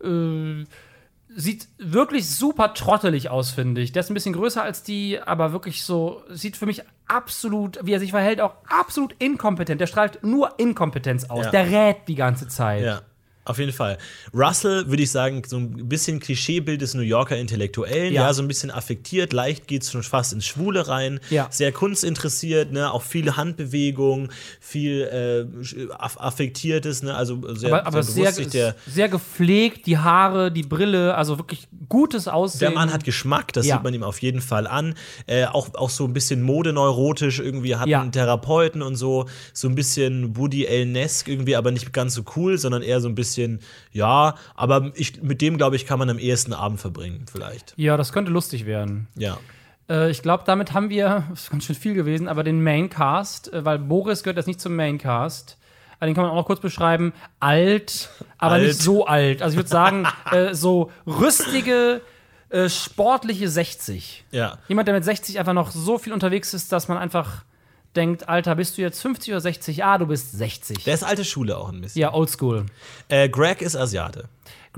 sieht wirklich super trottelig aus, finde ich. Der ist ein bisschen größer als die, aber wirklich so, sieht für mich absolut, wie er sich verhält, auch absolut inkompetent. Der strahlt nur Inkompetenz aus. Ja. Der rät die ganze Zeit. Ja. Auf jeden Fall. Russell, würde ich sagen, so ein bisschen Klischeebild des New Yorker Intellektuellen, ja, so ein bisschen affektiert, leicht geht's schon fast ins Schwule rein, sehr kunstinteressiert, ne, auch viele Handbewegungen, viel Affektiertes, ne, also sehr, aber sehr sehr gepflegt, die Haare, die Brille, also wirklich gutes Aussehen. Der Mann hat Geschmack, das sieht man ihm auf jeden Fall an. Auch so ein bisschen modeneurotisch, irgendwie hat einen Therapeuten und so ein bisschen Woody Allen-esque irgendwie, aber nicht ganz so cool, sondern eher so ein bisschen, aber mit dem, glaube ich, kann man am ehesten Abend verbringen, vielleicht. Ja, das könnte lustig werden. Ja. Ich glaube, damit haben wir, das ist ganz schön viel gewesen, aber den Maincast, weil Boris gehört jetzt nicht zum Maincast. Den kann man auch noch kurz beschreiben. Alt, aber nicht so alt. Also ich würde sagen, so rüstige, sportliche 60. Ja. Jemand, der mit 60 einfach noch so viel unterwegs ist, dass man einfach denkt, Alter, bist du jetzt 50 oder 60? Du bist 60. Der ist alte Schule auch ein bisschen. Ja, oldschool. Greg ist Asiate.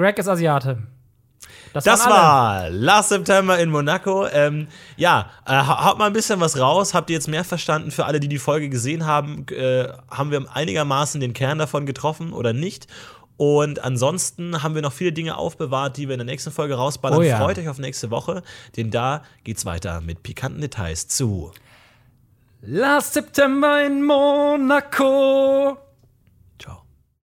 Das war Last September in Monaco. Haut mal ein bisschen was raus. Habt ihr jetzt mehr verstanden? Für alle, die die Folge gesehen haben, haben wir einigermaßen den Kern davon getroffen oder nicht? Und ansonsten haben wir noch viele Dinge aufbewahrt, die wir in der nächsten Folge rausballern. Freut euch auf nächste Woche, denn da geht's weiter mit pikanten Details zu Last September in Monaco.